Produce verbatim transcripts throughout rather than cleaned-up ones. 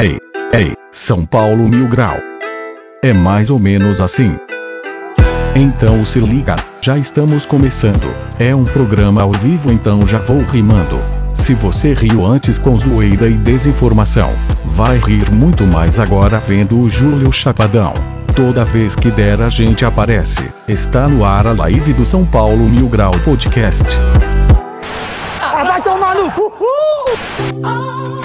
Ei, ei, São Paulo Mil Grau. É mais ou menos assim. Então se liga, já estamos começando. É um programa ao vivo, então já vou rimando. Se você riu antes com zoeira e desinformação, vai rir muito mais agora vendo o Júlio Chapadão. Toda vez que der a gente aparece. Está no ar a live do São Paulo Mil Grau Podcast. Ah, vai tomar no cu! Uh!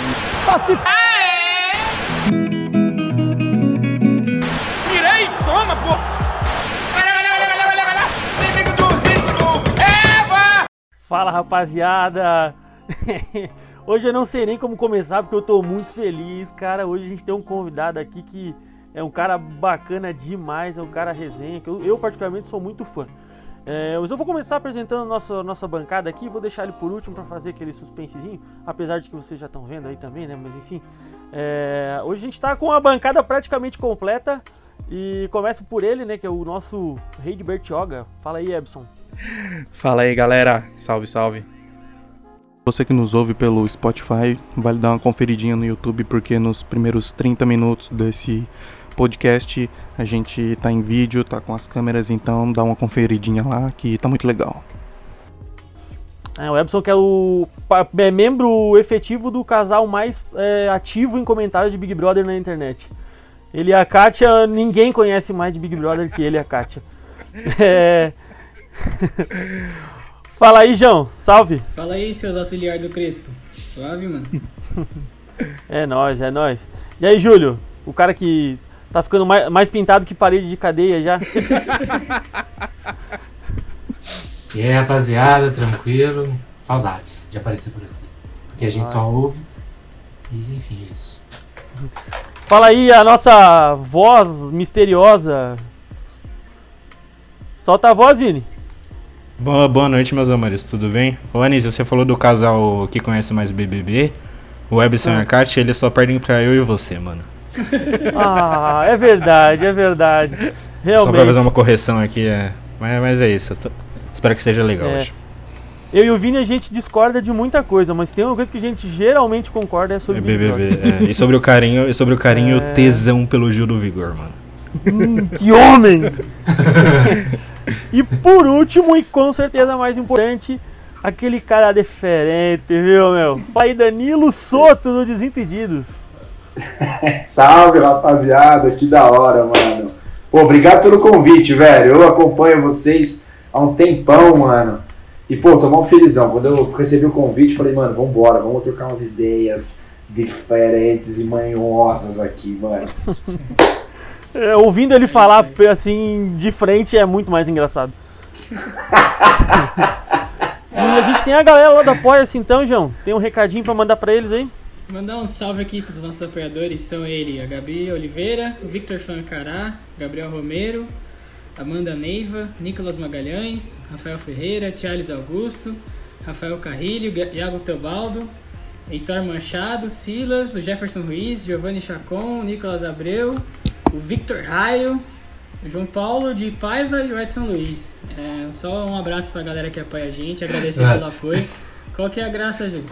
Mirei, toma, pô! Vai lá, vai lá, vai lá, vai lá, vai lá! Inimigo do ritmo, Eva! Fala, rapaziada! Hoje eu não sei nem como começar porque eu tô muito feliz, cara. Hoje a gente tem um convidado aqui que é um cara bacana demais, é um cara resenha, que eu, eu particularmente sou muito fã. É, mas eu vou começar apresentando a nossa, nossa bancada aqui, vou deixar ele por último para fazer aquele suspensezinho, apesar de que vocês já estão vendo aí também, né? Mas enfim, é, hoje a gente tá com a bancada praticamente completa e começa por ele, né? Que é o nosso rei de Bertioga. Fala aí, Ebson. Fala aí, galera. Salve, salve. Você que nos ouve pelo Spotify, vale dar uma conferidinha no YouTube, porque nos primeiros trinta minutos desse podcast a gente tá em vídeo, tá com as câmeras, então dá uma conferidinha lá que tá muito legal. É, o Ebson que é o é membro efetivo do casal mais é, ativo em comentários de Big Brother na internet. Ele e a Kátia, ninguém conhece mais de Big Brother que ele e a Kátia. É... Fala aí, João. Salve. Fala aí, seus auxiliares do Crespo. Suave, mano. É nóis, é nóis. E aí, Júlio? O cara que tá ficando mais, mais pintado que parede de cadeia já. E aí, rapaziada, tranquilo. Saudades de aparecer por aqui. Porque a gente Nossa. só ouve. E enfim, é isso. Fala aí a nossa voz misteriosa. Solta a voz, Vini. Boa, boa noite, meus amores, tudo bem? Ô Anísio, você falou do casal que conhece mais B B B. O Ebson e a Kátia, eles só perdem pra eu e você, mano. Ah, é verdade, é verdade. Realmente. Só pra fazer uma correção aqui, é... Mas, mas é isso, eu tô... espero que seja legal É. hoje. Eu e o Vini a gente discorda de muita coisa, mas tem uma coisa que a gente geralmente concorda é sobre É Big B B Brother. B, é. E sobre o carinho, e sobre o carinho e É. o tesão pelo Gil do Vigor, mano. Hum, que homem! E por último, e com certeza mais importante, aquele cara diferente, viu, meu? Fala aí, Danilo Soto do Desimpedidos. Salve, rapaziada, que da hora, mano. Pô, obrigado pelo convite, velho. Eu acompanho vocês há um tempão, mano. E, pô, tô mal felizão. Quando eu recebi o convite, falei, mano, vambora, vamos trocar umas ideias diferentes e manhosas aqui, mano. É, ouvindo ele falar assim de frente é muito mais engraçado. E a gente tem a galera lá do Apoia-se então, João. Tem um recadinho pra mandar pra eles aí? Mandar um salve aqui para os nossos apoiadores. São ele, a Gabi Oliveira, o Victor Fancará, Gabriel Romero, Amanda Neiva, Nicolas Magalhães, Rafael Ferreira, Charles Augusto, Rafael Carrilho, Iago Teobaldo, Heitor Machado, Silas, o Jefferson Ruiz, Giovanni Chacon, Nicolas Abreu, o Victor Raio, o João Paulo de Paiva e o Edson Luiz. É, só um abraço pra galera que apoia a gente, agradecer É. pelo apoio. Qual que é a graça, gente?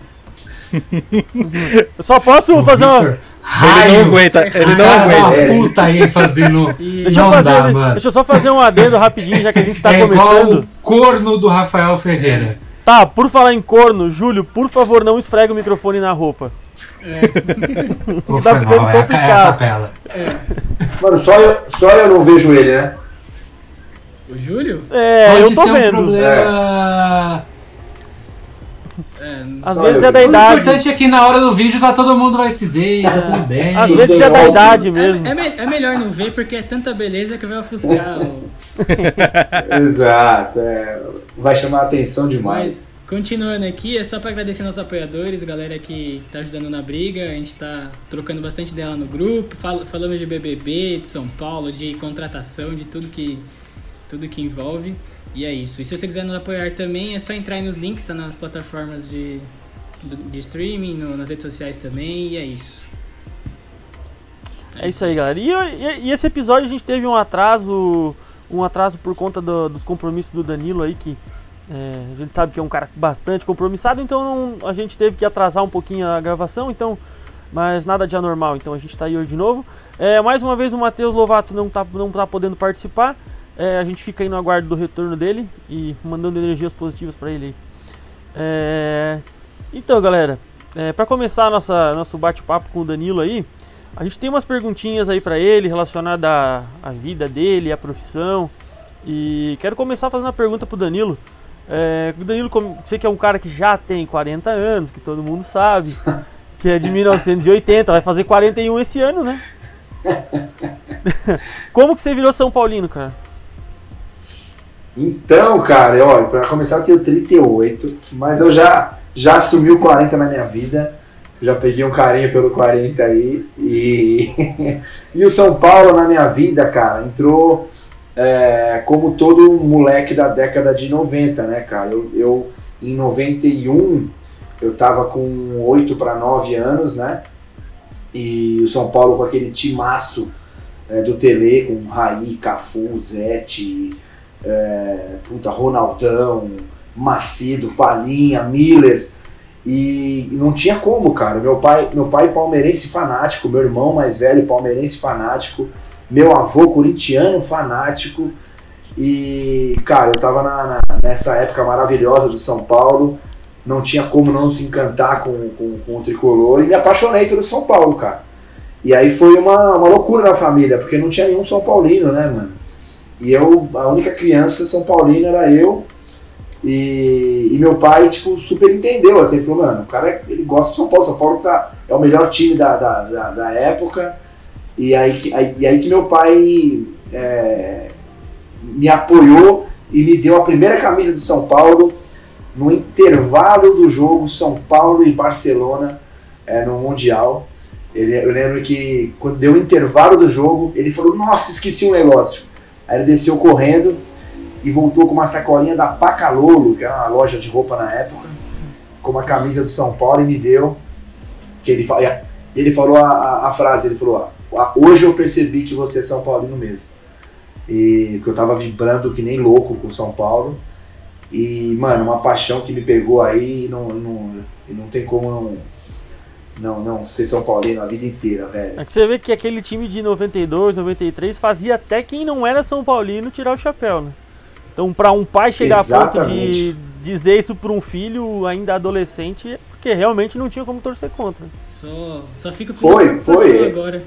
Eu só posso fazer uma... Ele não aguenta, ele não aguenta. Uma puta aí fazendo. E- Deixa eu, Não fazer, dá, mano. deixa eu só fazer um adendo rapidinho, já que a gente tá é igual começando. o corno do Rafael Ferreira. Tá, por falar em corno, Júlio, por favor, não esfrega o microfone na roupa. Ou Tá foi ficando mal, é a, ca- é a complicado. capela. Mano, só eu, só eu não vejo ele, né? O Júlio? É, Pode eu tô ser um vendo. problema. É, Às Só vezes eu. é da O idade. importante é que na hora do vídeo tá todo mundo vai se ver e tá tudo bem. Às vezes é da óculos. idade é, mesmo. é, me- é melhor não ver porque é tanta beleza que vai ofuscar. o- Exato, é. Vai chamar a atenção demais. Mas, continuando aqui, é só pra agradecer nossos apoiadores, a galera que tá ajudando na briga. A gente tá trocando bastante dela no grupo, fal- falando de B B B, de São Paulo, de contratação, de tudo que, tudo que envolve. E é isso. E se você quiser nos apoiar também, é só entrar aí nos links, tá nas plataformas de, de streaming, no- nas redes sociais também, e é isso. É isso aí, galera. E, e- e esse episódio a gente teve um atraso, um atraso por conta do- dos compromissos do Danilo aí, que é, a gente sabe que é um cara bastante compromissado, então não- a gente teve que atrasar um pouquinho a gravação, então mas nada de anormal, então a gente tá aí hoje de novo. É, mais uma vez o Matheus Lovato não tá, não tá podendo participar, é, a gente fica aí no aguardo do retorno dele e mandando energias positivas para ele aí. É, então, galera, é, para começar nossa, nosso bate-papo com o Danilo aí, a gente tem umas perguntinhas aí para ele relacionadas à, à vida dele, à profissão. E quero começar fazendo uma pergunta pro Danilo. É, o Danilo, você que é um cara que já tem quarenta anos, que todo mundo sabe, que é de mil novecentos e oitenta, vai fazer quarenta e um esse ano, né? Como que você virou São Paulino, cara? Então, cara, ó, pra começar eu tenho trinta e oito, mas eu já, já assumi o quarenta na minha vida, já peguei um carinho pelo quarenta aí, e, e o São Paulo na minha vida, cara, entrou é, como todo moleque da década de noventa, né, cara, eu, eu em noventa e um, eu tava com oito para nove anos, né, e o São Paulo com aquele timaço é, do Tele, com Raí, Cafu, Zete, É, puta, Ronaldão, Macedo, Palinha, Miller, e não tinha como, cara. Meu pai, meu pai palmeirense fanático, meu irmão mais velho palmeirense fanático, meu avô corintiano fanático, e cara, eu tava na, na, nessa época maravilhosa do São Paulo, não tinha como não se encantar com, com, com o tricolor, e me apaixonei pelo São Paulo, cara. E aí foi uma, uma loucura na família, porque não tinha nenhum São Paulino, né, mano? E eu, a única criança São Paulina era eu, e, e meu pai, tipo, super entendeu, assim, ele falou, mano, o cara, ele gosta do São Paulo, São Paulo tá, é o melhor time da, da, da, da época, e aí, aí, e aí que meu pai é, me apoiou e me deu a primeira camisa do São Paulo, no intervalo do jogo São Paulo e Barcelona, é, no Mundial. Ele, eu lembro que quando deu o intervalo do jogo, ele falou, nossa, esqueci um negócio. Aí ele desceu correndo e voltou com uma sacolinha da Pacalolo, que era uma loja de roupa na época, com uma camisa do São Paulo, e me deu. Que ele, ele falou a, a, a frase, ele falou, ah, hoje eu percebi que você é São Paulino mesmo. E que eu tava vibrando que nem louco com o São Paulo. E, mano, uma paixão que me pegou aí e não, não, não tem como não, não, não ser São Paulino a vida inteira, velho. É que você vê que aquele time de noventa e dois, noventa e três fazia até quem não era São Paulino tirar o chapéu, né? Então, pra um pai chegar Exatamente. a ponto de dizer isso pra um filho ainda adolescente, é porque realmente não tinha como torcer contra. Só, só fica com Foi, uma foi. agora.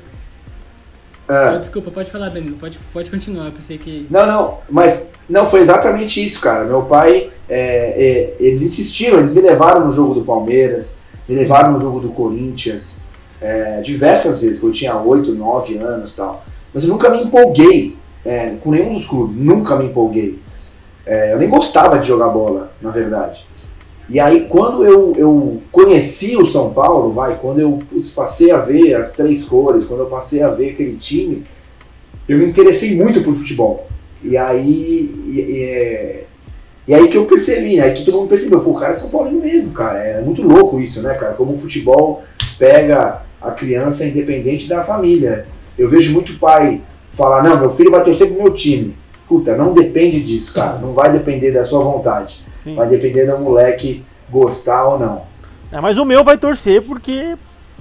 É. Oh, desculpa, pode falar, Danilo, pode, pode continuar, eu pensei que... Não, não, mas não, foi exatamente isso, cara. Meu pai, é, é, eles insistiram, eles me levaram no jogo do Palmeiras, me levaram no jogo do Corinthians, é, diversas vezes, quando eu tinha oito, nove anos e tal. Mas eu nunca me empolguei é, com nenhum dos clubes, nunca me empolguei. É, eu nem gostava de jogar bola, na verdade. E aí, quando eu, eu conheci o São Paulo, vai, quando eu putz, passei a ver as três cores, quando eu passei a ver aquele time, eu me interessei muito por futebol. E aí, e, e, é, e aí que eu percebi, né? Aí que todo mundo percebeu, pô, o cara é São Paulino mesmo, cara. É muito louco isso, né, cara? Como o futebol pega a criança independente da família. Eu vejo muito pai falar, não, meu filho vai torcer pro meu time. Puta, não depende disso, cara. Não vai depender da sua vontade. Sim. Vai depender do moleque gostar ou não. É, mas o meu vai torcer porque...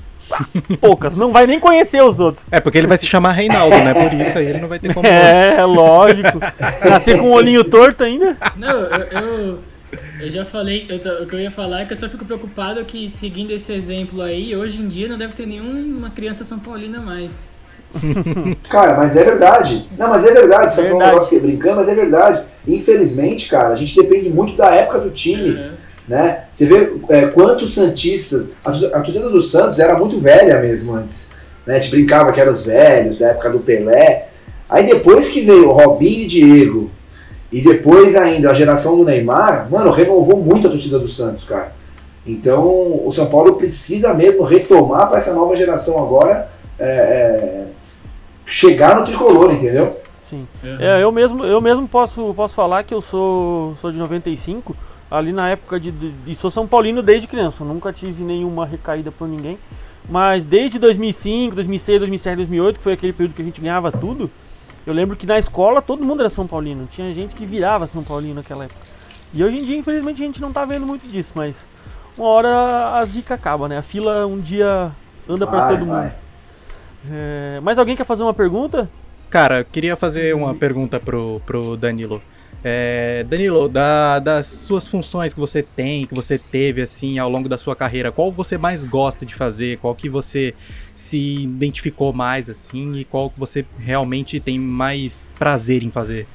poucas, não vai nem conhecer os outros. É, porque ele vai se chamar Reinaldo, né? Por isso aí ele não vai ter como... É, lógico. Nascer com o olhinho torto ainda. Não, eu... eu... Eu já falei, eu, o que eu ia falar é que eu só fico preocupado que, seguindo esse exemplo aí, hoje em dia não deve ter nenhuma criança São Paulina mais. Cara, mas é verdade. Não, mas é verdade. Você falou um negócio que é brincando, mas é verdade. Infelizmente, cara, a gente depende muito da época do time. Uhum. Né? Você vê é, quantos santistas... A, a torcida do Santos era muito velha mesmo antes. Né? A gente brincava que eram os velhos, da época do Pelé. Aí depois que veio o Robinho e Diego, e depois ainda a geração do Neymar, mano, renovou muito a torcida do Santos, cara. Então o São Paulo precisa mesmo retomar para essa nova geração agora é, é, chegar no tricolor, entendeu? Sim. Uhum. É, eu mesmo, eu mesmo posso, posso falar que eu sou, sou de noventa e cinco, ali na época de, de... E sou São Paulino desde criança, nunca tive nenhuma recaída por ninguém. Mas desde dois mil e cinco, dois mil e seis, dois mil e sete, dois mil e oito, que foi aquele período que a gente ganhava tudo, eu lembro que na escola todo mundo era São Paulino. Tinha gente que virava São Paulino naquela época. E hoje em dia, infelizmente, a gente não tá vendo muito disso, mas uma hora a zica acaba, né? A fila um dia anda Vai, pra todo vai. mundo. É, mais alguém quer fazer uma pergunta? Cara, queria fazer uma pergunta pro, pro Danilo. É, Danilo, da, das suas funções que você tem, que você teve assim ao longo da sua carreira, qual você mais gosta de fazer? Qual que você se identificou mais assim e qual que você realmente tem mais prazer em fazer?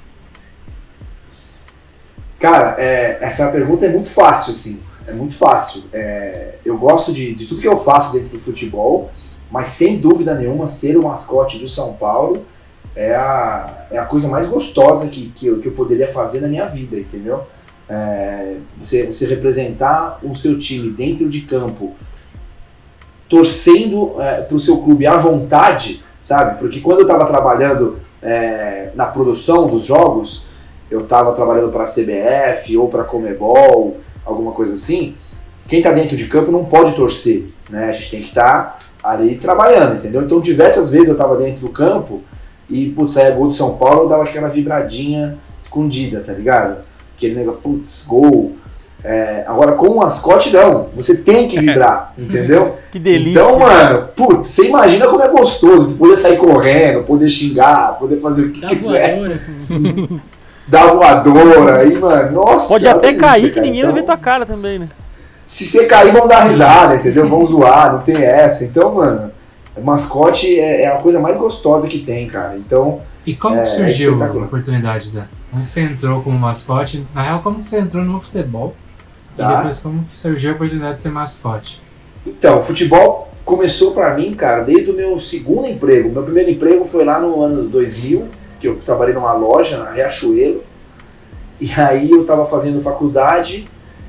Cara, é, essa pergunta é muito fácil, assim. É muito fácil. É, eu gosto de, de tudo que eu faço dentro do futebol, mas sem dúvida nenhuma, ser o mascote do São Paulo é a, é a coisa mais gostosa que, que, eu, que eu poderia fazer na minha vida, entendeu? É, você, você representar o seu time dentro de campo, torcendo é, para o seu clube à vontade, sabe? Porque quando eu estava trabalhando é, na produção dos jogos, eu estava trabalhando para a C B F ou para a Comebol, alguma coisa assim, quem está dentro de campo não pode torcer, né? A gente tem que estar tá ali trabalhando, entendeu? Então diversas vezes eu estava dentro do campo e, putz, saia gol do São Paulo, eu dava aquela vibradinha escondida, tá ligado? Aquele negócio, putz, gol. É, agora com o mascote não, você tem que vibrar, entendeu? Que delícia. Então, mano, putz, você imagina como é gostoso poder sair correndo, poder xingar, poder fazer o que Dá quiser. voadora. Dar voadora aí, mano, nossa. Pode até olha cair isso, que cara. ninguém Então, vai ver tua cara também, né? se você cair, vão dar risada, entendeu? Vão zoar, não tem essa. Então, mano, mascote é, é a coisa mais gostosa que tem, cara. Então, E como É, que surgiu é a espetacular. oportunidade da? Como você entrou como mascote? Na real, como que você entrou no futebol? Tá. E depois como que surgiu a oportunidade de ser mascote? então, o futebol começou pra mim, cara, desde o meu segundo emprego. Meu primeiro emprego foi lá no ano dois mil, que eu trabalhei numa loja na Riachuelo. E aí eu tava fazendo faculdade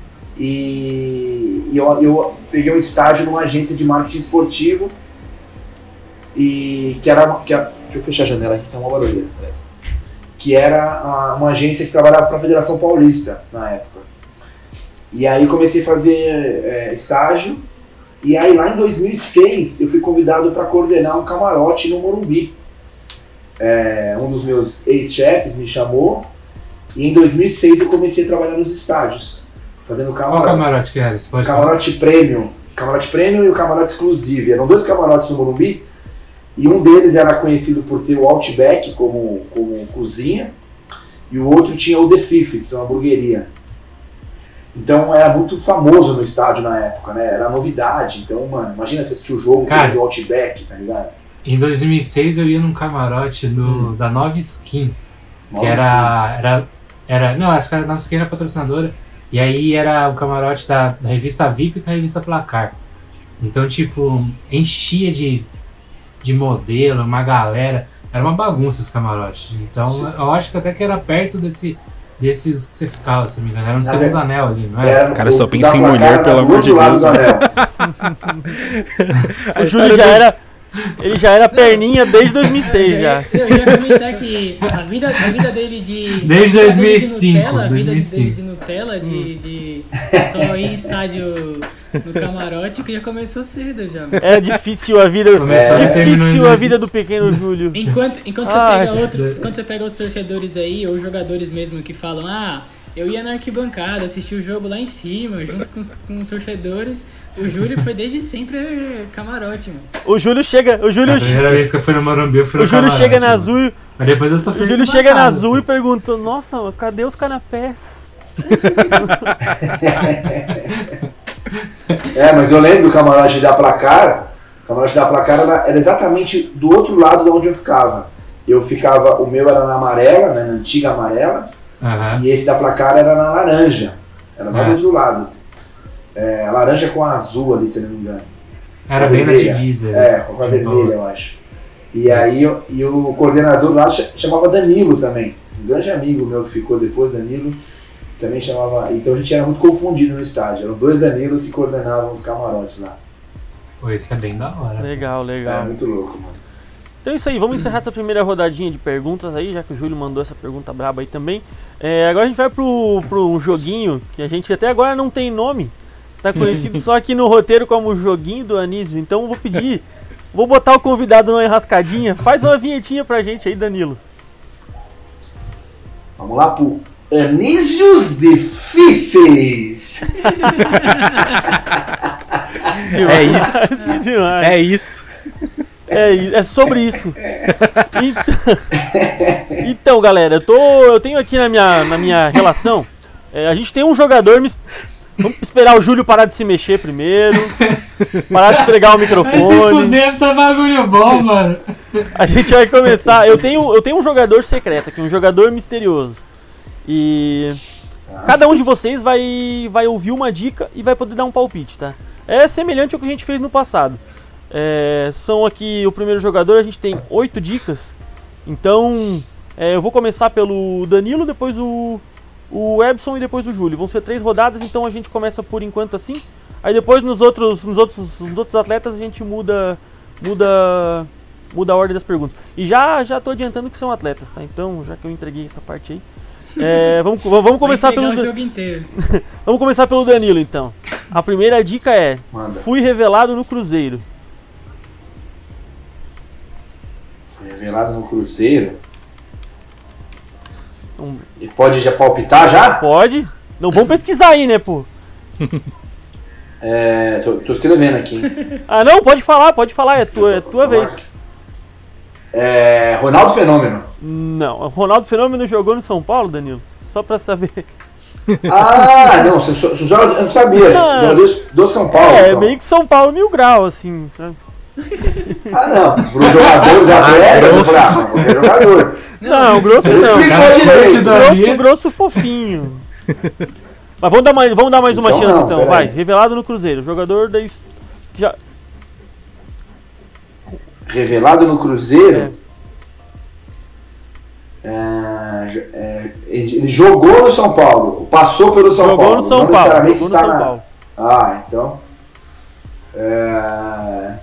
e eu, eu peguei um estágio numa agência de marketing esportivo e que era uma, que a, deixa eu fechar a janela aqui, tá uma barulheira. Peraí. Que era a, uma agência que trabalhava para a Federação Paulista na época. E aí comecei a fazer é, estágio e aí lá em dois mil e seis eu fui convidado para coordenar um camarote no Morumbi. É, um dos meus ex-chefes me chamou. E em dois mil e seis eu comecei a trabalhar nos estádios, fazendo camarotes. Qual camarote que era? Você pode falar? Camarote Premium. Camarote Premium e o camarote Exclusive. Eram dois camarotes no Morumbi. E um deles era conhecido por ter o Outback como, como cozinha. E o outro tinha o The Fifth, uma hamburgueria. Então era muito famoso no estádio na época, né? Era novidade. Então, mano, imagina você assistir o jogo Cara, do Outback, tá ligado? Em dois mil e seis eu ia num camarote do, Hum. da Nova Skin, que Nossa. era, era, era... Não, acho que a Nova Skin era patrocinadora. E aí era o camarote da, da revista V I P com a revista Placar. Então, tipo, enchia de, de modelo, uma galera. Era uma bagunça esse camarote. Então, eu acho que até que era perto desse, desses que você ficava, se não me engano. Era no Na segundo verdade- anel ali, não era? Era Cara, o- só o pensa da em placar mulher, era pelo do amor de outro lado Deus, do né? anel. O Júlio já era. Ele já era perninha desde dois mil e seis já. Eu já ia comentar que a vida, a vida dele de. Desde a vida dois mil e dele de cinco, Nutella, a vida dois mil e dele cinco. de Nutella, de, de só ir em estádio no camarote, que já começou cedo já. Era difícil a vida. Começou É, e terminou em difícil a dois- vida do pequeno Júlio. Enquanto, enquanto você Ah, pega outro, quando você pega os torcedores aí, ou jogadores mesmo que falam, ah, eu ia na arquibancada, assistir o jogo lá em cima, junto com os, com os torcedores. O Júlio foi desde sempre é, camarote, mano. O Júlio chega. O Júlio, A primeira vez que eu fui no Morumbi, eu fui no o Júlio camarote, chega na mano. azul. Mas depois eu só O fui Júlio na chega na casa, azul e pô. pergunta: Nossa, cadê os canapés? É, mas eu lembro do camarote da Placar. O camarote da Placar era, era exatamente do outro lado de onde eu ficava. Eu ficava, o meu era na amarela, né, na antiga amarela, Aham. e esse da Placar era na laranja. Era mais É. do lado. É, a laranja com a azul ali, se eu não me engano. Era a bem na vermelha. divisa. É, com a de um pra vermelha, outro. eu acho. E aí eu- e o coordenador lá cha- chamava Danilo também. Um grande amigo meu que ficou depois, Danilo, também chamava. Então a gente era muito confundido no estádio. Eram dois Danilos que coordenavam os camarotes lá. Pô, isso é bem da hora. Legal, É legal. muito louco, mano. Então é isso aí, vamos encerrar essa primeira rodadinha de perguntas aí, já que o Júlio mandou essa pergunta braba aí também. É, agora a gente vai pro, pro um joguinho que a gente até agora não tem nome, tá conhecido só aqui no roteiro como o Joguinho do Anísio. Então eu vou pedir, vou botar o convidado numa enrascadinha. Faz uma vinhetinha pra gente aí, Danilo. Vamos lá pro Anísios Difíceis. demais. É isso. Que demais. É isso. É, i- é sobre isso. Então, então, galera, eu, tô, eu tenho aqui na minha, na minha relação, é, a gente tem um jogador... mis- Vamos esperar o Júlio parar de se mexer primeiro, parar de esfregar o Vai se microfone. fuder, tá bagulho bom, mano. A gente vai começar. Eu tenho, eu tenho um jogador secreto aqui, um jogador misterioso. E cada um de vocês vai, vai ouvir uma dica e vai poder dar um palpite, tá? É semelhante ao que a gente fez no passado. É, são aqui o primeiro jogador, a gente tem oito dicas. Então, é, eu vou começar pelo Danilo, depois o, o Ebson e depois o Júlio. Vão ser três rodadas, então a gente começa por enquanto assim. Aí depois nos outros, nos outros, nos outros atletas a gente muda, muda, muda a ordem das perguntas. E já, já tô adiantando que são atletas, tá? Então, já que eu entreguei essa parte aí. É, vamos, vamos começar Vai pelo entregar Dan- o jogo inteiro. Vamos começar pelo Danilo, então. A primeira dica é: Manda. fui revelado no Cruzeiro. Foi revelado no Cruzeiro. Não E pode já palpitar já? pode? Não vamos pesquisar aí, né, pô? É, tô, tô escrevendo aqui. Hein? Ah, não, pode falar, pode falar, é tua, é tua vez. É, Ronaldo Fenômeno. Não, o Ronaldo Fenômeno jogou no São Paulo, Danilo? Só pra saber. Ah, não, você, você joga, eu não sabia. Ah. Jogadores do São Paulo. É, então. meio que São Paulo mil grau, assim, sabe? Ah, não. Para os jogadores atletas, eu falei, ah, mas qualquer jogador. Não, grosso Ele não. explicou cara, direito. do Grosso, Davi. grosso fofinho. Mas vamos dar mais, vamos dar mais uma Então chance não, então, pera vai. aí. Revelado no Cruzeiro, jogador da... his- Já... Revelado no Cruzeiro. É, jo- é, ele ele jogou no São Paulo. Passou pelo São Jogou Paulo. no São não Paulo, necessariamente jogou no está São na- Paulo. Ah, então. É...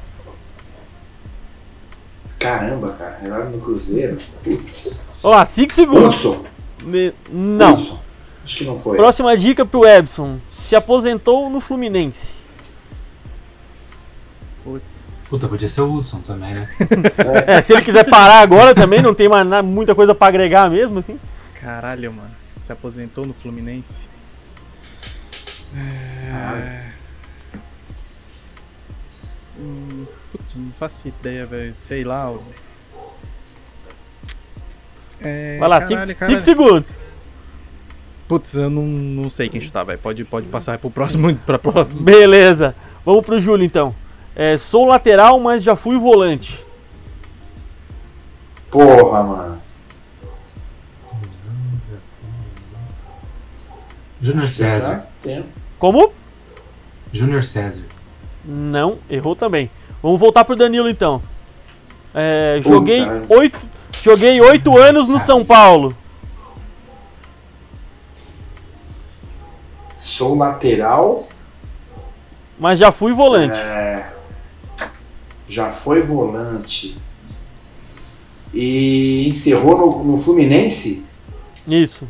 Caramba, cara. Revelado no Cruzeiro. Putz. Ó, cinco segundos. Hudson. Me- Não. Hudson. Acho que não foi. Próxima dica pro Ebson. Se aposentou no Fluminense. Puta, podia ser o Hudson também, né? É, se ele quiser parar agora também, não tem mais na- muita coisa pra agregar mesmo, assim. Caralho, mano. Se aposentou no Fluminense. É... Hum, putz, não faço ideia, velho. Sei lá. ó. É... Vai lá, caralho, cinco caralho. segundos. Putz, eu não, não sei quem chutar, velho. Pode, pode passar pro próximo, pra próximo. Beleza. Vamos pro Júlio, então. É, sou lateral, mas já fui volante. Porra, mano. Júnior César. Já tem. Como? Júnior César. Não, errou também. Vamos voltar pro Danilo, então. É, joguei Puta. oito, joguei oito anos no São Paulo. Sou lateral. Mas já fui volante. É, já foi volante. E encerrou no, no Fluminense. Isso.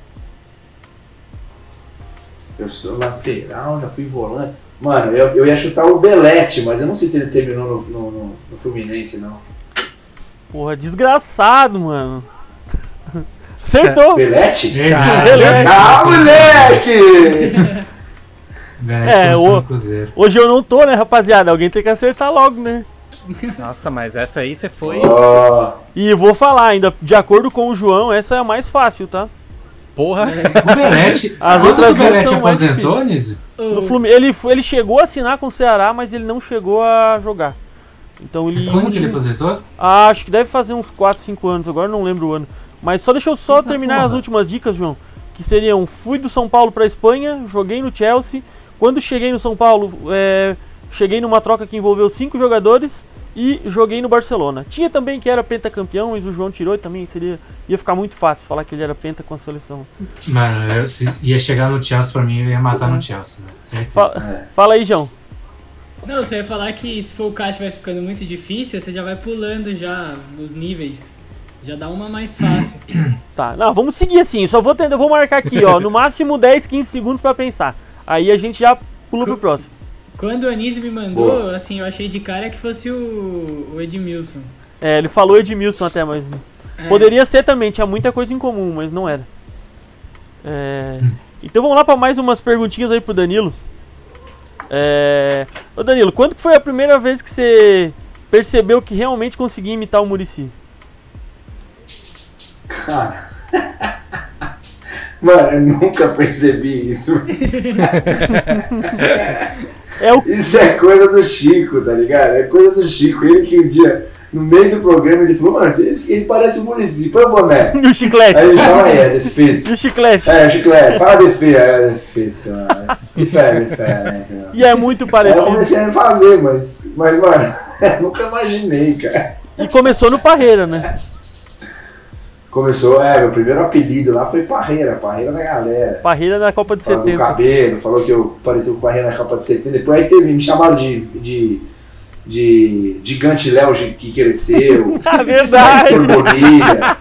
Eu sou lateral, já fui volante. Mano, eu, eu ia chutar o Belete, mas eu não sei se ele terminou no, no, no- no Fluminense, não. Porra, desgraçado, mano. Acertou. Belete? Belete. Ah, moleque! Belete É, começou o- no Cruzeiro. Hoje eu não tô, né, rapaziada? Alguém tem que acertar logo, né? Nossa, mas essa aí você foi. Ó, E vou falar ainda, de acordo com o João, essa é a mais fácil, tá? Porra. O Belete. As Quando outras que o Belete duas são mais aposentou, Nísio? No Flumin- ele, foi- ele chegou a assinar com o Ceará, mas ele não chegou a jogar. Então ele. Mas quando que ele aposentou? Ah, acho que deve fazer uns quatro, cinco anos, agora não lembro o ano. Mas só deixa eu só Eita terminar porra. as últimas dicas, João. Que seriam: fui do São Paulo pra Espanha, joguei no Chelsea. Quando cheguei no São Paulo, é, cheguei numa troca que envolveu cinco jogadores e joguei no Barcelona. Tinha também que era pentacampeão, mas o João tirou e também seria, ia ficar muito fácil falar que ele era penta com a seleção. Mano, eu, se ia chegar no Chelsea pra mim, eu ia matar no Chelsea, velho. Certeza. Fa- é. Fala aí, João. Não, você ia falar que se for o caixa vai ficando muito difícil, você já vai pulando já nos níveis. Já dá uma mais fácil. Tá, não, vamos seguir assim. Só vou tentar, eu vou marcar aqui, ó, no máximo dez, quinze segundos pra pensar. Aí a gente já pula pro próximo. Quando o Anísio me mandou, Boa. assim, eu achei de cara que fosse o, o Edmilson. É, ele falou Edmilson até, mas É. poderia ser também, tinha muita coisa em comum, mas não era. É, então vamos lá pra mais umas perguntinhas aí pro Danilo. É... Ô Danilo, quando que foi a primeira vez que você percebeu que realmente conseguia imitar o Muricy? Cara... Mano, eu nunca percebi isso. É o... Isso é coisa do Chico, tá ligado? É coisa do Chico. Ele que um dia, no meio do programa, ele falou, mano, ele parece o Muricy, põe o boné. E o chiclete? Aí ele fala, é, defesa. E o chiclete? É, o chiclete. Fala defesa. É, defesa, mano. E fé, e fé, né? E é muito parecido. Aí eu comecei a fazer, mas, mas mano, eu nunca imaginei, cara. E começou no Parreira, né? Começou, é, meu primeiro apelido lá foi Parreira, Parreira da galera. Parreira na Copa de Falou do setenta. cabelo, falou que eu parecia com o Parreira na Copa de setenta. Depois aí teve, me chamaram de, de, de Gigante Léo que cresceu. É verdade. Hector Bonilha.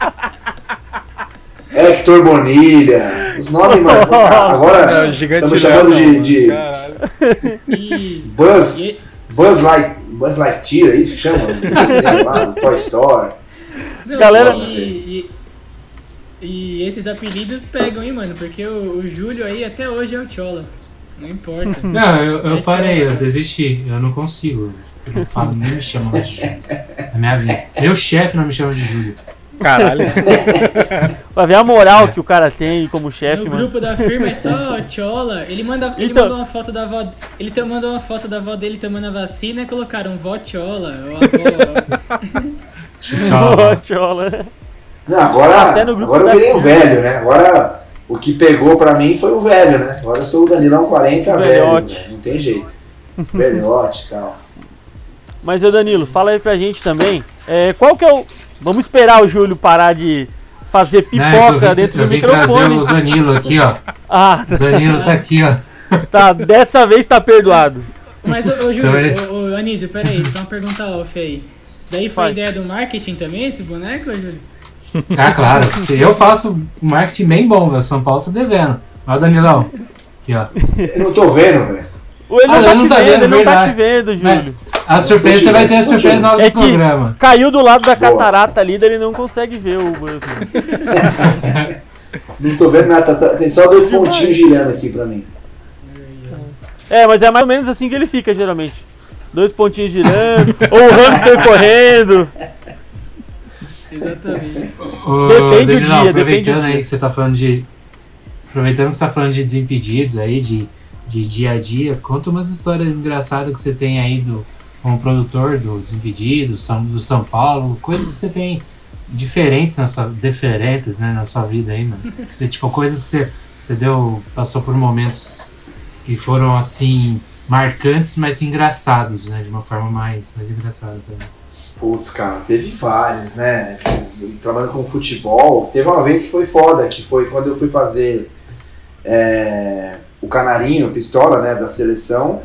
Hector Bonilha. Os nomes, mano. Agora estamos chamando de, de E... Buzz, e- Buzz Light, Buzz Lightyear, é isso que chama? Desenho lá, do Toy Story. Não, Galera- E, e, e esses apelidos pegam, hein, mano? Porque o, o Júlio aí até hoje é o Chola. Não importa. Não, eu, eu É parei, Chola. eu desisti. Eu não consigo. Eu não falo, nem me chamam mais de Júlio. Na minha vida. Meu chefe não me chama de Júlio. Caralho. Pra ver a moral É. que o cara tem como chefe, No mano. grupo da firma é só Chola. Ele, manda, ele Então- mandou uma foto da avó. Ele te- mandou uma foto da avó dele tomando a vacina e colocaram vó Chola. Ou avó. Tchau. Chola. Não, agora, Até no grupo agora eu da virei o firma. velho, né? Agora o que pegou pra mim foi o velho, né? Agora eu sou o Danilão quarenta velho, Velhote. né? Não tem jeito. Velhote e tal. Mas, ô Danilo, fala aí pra gente também. É, qual que é o... Vamos esperar o Júlio parar de fazer Não, é pipoca que eu vim, dentro eu do vim trazer microfone. o Danilo aqui, ó. Ah, O Danilo tá aqui, ó. tá. Dessa vez tá perdoado. Mas, ô, ô Então ele- Júlio, ô, ô, Anísio, peraí, só uma pergunta off aí. Isso daí foi Vai. ideia do marketing também, esse boneco, ô, Júlio? Ah, claro. Se eu faço marketing bem bom, velho. São Paulo tá devendo. Olha o Danilão. Aqui, ó. Eu não tô vendo, velho. Ou ele Ah, não, ele tá, não te tá vendo, ele vendo, não tá verdade. te vendo, Júlio. A surpresa, você vai ter a Tô surpresa na hora É do que programa. caiu do lado da Boa. catarata ali, daí ele não consegue ver o Buzz. Não tô vendo nada. tá- Tem só dois pontinhos girando aqui pra mim. É, mas é mais ou menos assim que ele fica, geralmente. Dois pontinhos girando, ou o hamster correndo. Exatamente. Ô, Depende do Danilão, dia, depende aproveitando do aí dia. que você tá falando de. Aproveitando que você tá falando de Desimpedidos aí, de, de dia a dia, conta umas histórias engraçadas que você tem aí do, como produtor do Desimpedidos, São, do São Paulo, coisas que você tem diferentes na sua. diferentes, né, na sua vida aí, mano. Que Você, tipo, coisas que você, você deu. Passou por momentos que foram assim. Marcantes, mas engraçados, né? De uma forma mais, mais engraçada também. Putz, cara, teve vários, né? Eu, trabalhando com futebol, teve uma vez que foi foda, que foi quando eu fui fazer é, o Canarinho, Pistola, né, da seleção.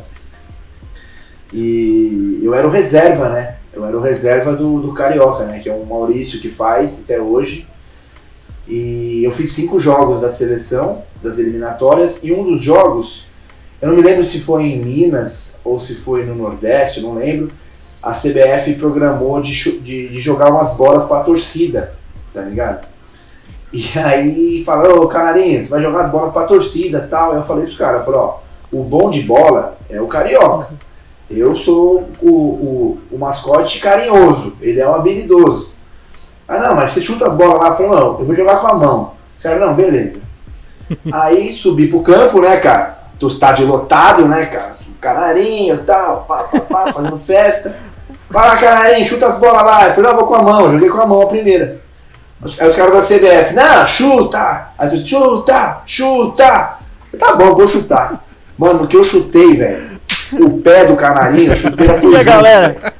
E eu era o reserva, né? Eu era o reserva do, do Carioca, né? Que é o Maurício que faz até hoje. E eu fiz cinco jogos da seleção, das eliminatórias, e um dos jogos, eu não me lembro se foi em Minas ou se foi no Nordeste, eu não lembro. A C B F programou de, chu- de, de jogar umas bolas pra torcida, tá ligado? E aí falou, ô Canarinho, você vai jogar as bolas pra torcida e tal. Eu falei pros caras, eu falei, ó, o bom de bola é o Carioca. Eu sou o, o, o mascote carinhoso, ele é um habilidoso. Ah não, mas você chuta as bolas lá, eu falei, não, eu vou jogar com a mão. Os caras, não, beleza. Aí subi pro campo, né, cara? Do estádio lotado, né, cara? Canarinho e tal, pá, pá, pá, fazendo festa. Vai lá, Canarinho, chuta as bolas lá. Eu falei, não, vou com a mão, eu joguei com a mão a primeira. Aí os caras da C B F, não, chuta! Aí tu chuta, chuta! Eu, tá bom, vou chutar. Mano, no que eu chutei, velho, o pé do Canarinho, a chuteira foi E a junto. galera?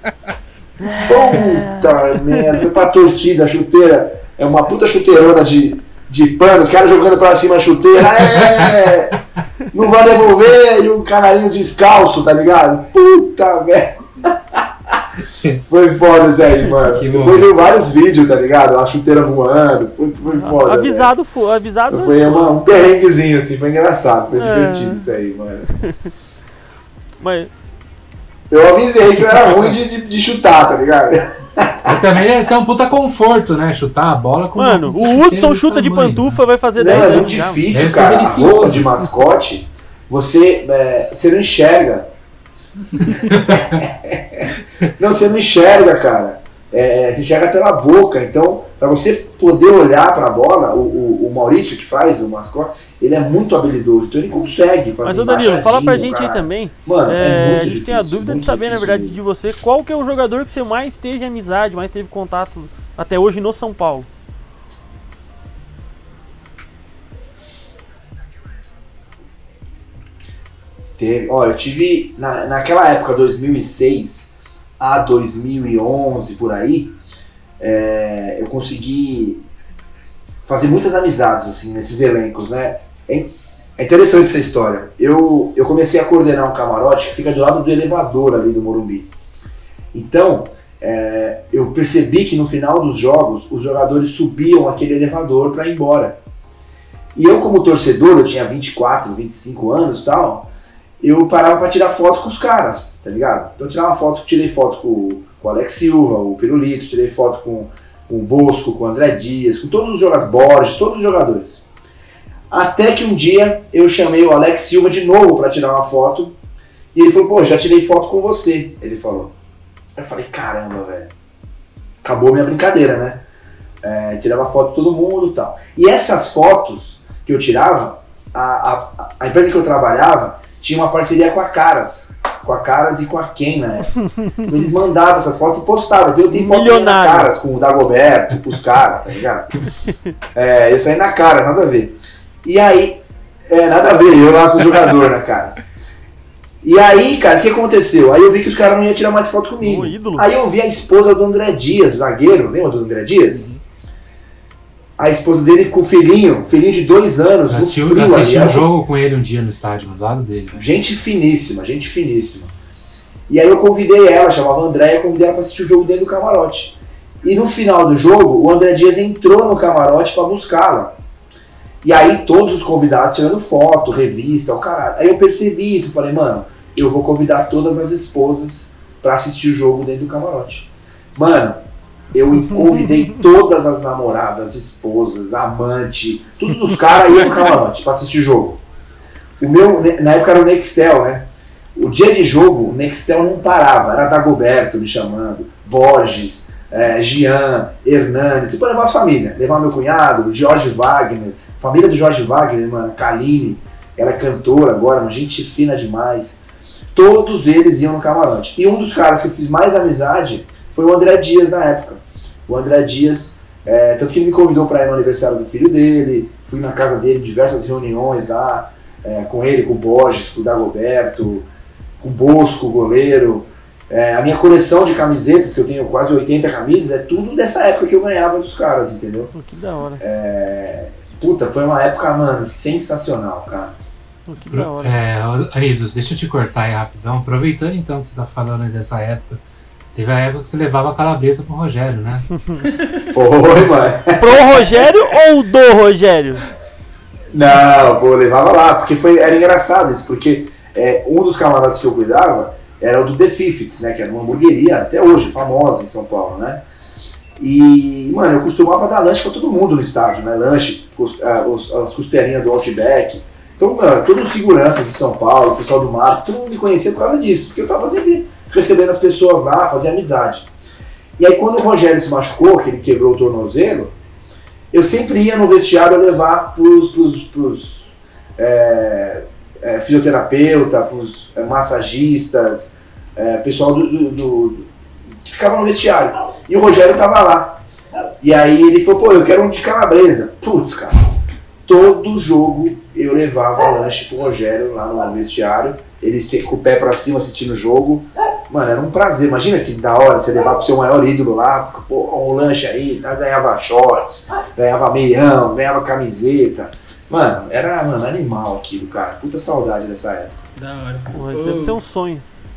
Puta merda, foi pra torcida, a chuteira. É uma puta chuteirona de, de pano, os caras jogando pra cima a chuteira. É, não vai devolver, e o Canarinho descalço, tá ligado? Puta merda. Foi foda isso aí, mano. Que Depois bom. veio vários vídeos, tá ligado? A chuteira voando. Foi, foi foda. Avisado, foi, avisado. velho. Foi uma, um perrenguezinho assim, foi engraçado. Foi É. divertido isso aí, mano. Mas, Eu avisei que eu era ruim de, de, de chutar, tá ligado? Mas também deve ser um puta conforto, né? Chutar a bola com mano, uma o chuteira Hudson desse chuta de tamanho, pantufa, vai fazer Não, dez é anos muito já. difícil, Deve ser cara. A delicioso. roupa de mascote, você, é, você não enxerga. Não, você não enxerga, cara. É, você enxerga pela boca. Então, para você poder olhar para a bola, o, o, o Maurício que faz o mascote, ele é muito habilidoso, então ele consegue fazer. Mas, ô Danilo, fala pra gente cara. aí também. Mano, é, é, muito a gente difícil, tem a dúvida de saber, na verdade, mesmo. de você, qual que é o jogador que você mais teve amizade, mais teve contato até hoje no São Paulo? Teve, ó, eu tive, na, naquela época, dois mil e seis a dois mil e onze, por aí, é, eu consegui fazer muitas amizades, assim, nesses elencos, né? É, é interessante essa história. Eu, eu comecei a coordenar um camarote que fica do lado do elevador ali do Morumbi. Então, é, eu percebi que no final dos jogos, os jogadores subiam aquele elevador para ir embora. E eu, como torcedor, eu tinha vinte e quatro, vinte e cinco anos e tal, eu parava para tirar foto com os caras, tá ligado? Então eu tirava uma foto, tirei foto com, com o Alex Silva, o Pirulito, tirei foto com, com o Bosco, com o André Dias, com todos os jogadores, Borges, todos os jogadores. Até que um dia eu chamei o Alex Silva de novo para tirar uma foto, e ele falou, pô, já tirei foto com você, ele falou. Eu falei, caramba, velho, acabou minha brincadeira, né? É, tirava foto de todo mundo e tal. E essas fotos que eu tirava, a, a, a empresa que eu trabalhava tinha uma parceria com a Caras, com a Caras e com a Ken na época. Então eles mandavam essas fotos e postavam. Então eu tenho foto minha na Caras com o Dagoberto, com os caras, tá ligado? É, eu saí na Caras, nada a ver. E aí, é, nada a ver, eu lá com o jogador na Caras. E aí, cara, o que aconteceu? Aí eu vi que os caras não iam tirar mais foto comigo. Aí eu vi a esposa do André Dias, o zagueiro, lembra do André Dias? Uhum. A esposa dele com o filhinho, filhinho de dois anos, eu assisti, no frio. Eu assisti ali, um jogo com ele um dia no estádio, do lado dele. Gente finíssima, gente finíssima. E aí eu convidei ela, chamava André, eu convidei ela pra assistir o jogo dentro do camarote. E no final do jogo, o André Dias entrou no camarote pra buscá-la. E aí todos os convidados tirando foto, revista, o caralho. Aí eu percebi isso, falei, mano, eu vou convidar todas as esposas pra assistir o jogo dentro do camarote. Mano, eu convidei todas as namoradas, esposas, amante, tudo dos caras iam no camarote pra assistir o jogo. O meu, na época era o Nextel, né? O dia de jogo, o Nextel não parava, era Dagoberto me chamando, Borges, é, Jean, Hernani, tudo pra levar as famílias. Levar meu cunhado, Jorge Wagner, família do Jorge Wagner, mano, Kaline, ela é cantora agora, uma gente fina demais. Todos eles iam no camarote. E um dos caras que eu fiz mais amizade foi o André Dias na época. O André Dias, é, tanto que ele me convidou para ir no aniversário do filho dele, fui na casa dele, diversas reuniões lá, é, com ele, com o Borges, com o Dagoberto, com o Bosco, o goleiro. É, a minha coleção de camisetas, que eu tenho quase oitenta camisas, é tudo dessa época que eu ganhava dos caras, entendeu? Que da hora. É, puta, foi uma época, mano, sensacional, cara. Que da hora. É, Arizos, deixa eu te cortar aí rapidão. Aproveitando então que você tá falando aí dessa época, teve a época que você levava a calabresa pro Rogério, né? Foi, mano. Pro Rogério ou do Rogério? Não, pô, eu levava lá, porque foi, era engraçado isso, porque é, um dos camarotes que eu cuidava era o do The Fifths, né, que era uma hamburgueria, até hoje, famosa em São Paulo, né? E, mano, eu costumava dar lanche pra todo mundo no estádio, né? Lanche, as costelinhas do Outback. Então, mano, todos os seguranças de São Paulo, o pessoal do Mar, todo mundo me conhecia por causa disso, porque eu tava sempre recebendo as pessoas lá, fazia amizade. E aí quando o Rogério se machucou, que ele quebrou o tornozelo, eu sempre ia no vestiário levar pros, pros, pros é, é, fisioterapeuta, pros é, massagistas, é, pessoal do, do, do, que ficava no vestiário. E o Rogério tava lá. E aí ele falou, pô, eu quero um de calabresa. Putz, cara, todo jogo eu levava lanche pro Rogério lá no vestiário, ele com o pé pra cima assistindo o jogo. Mano, era um prazer, imagina que da hora você levar pro seu maior ídolo lá, pô, um lanche aí, tá? Ganhava shorts, ganhava meião, ganhava camiseta. Mano, era mano, animal aquilo, cara. Puta saudade dessa época. Da hora. Pô, deve ser um sonho.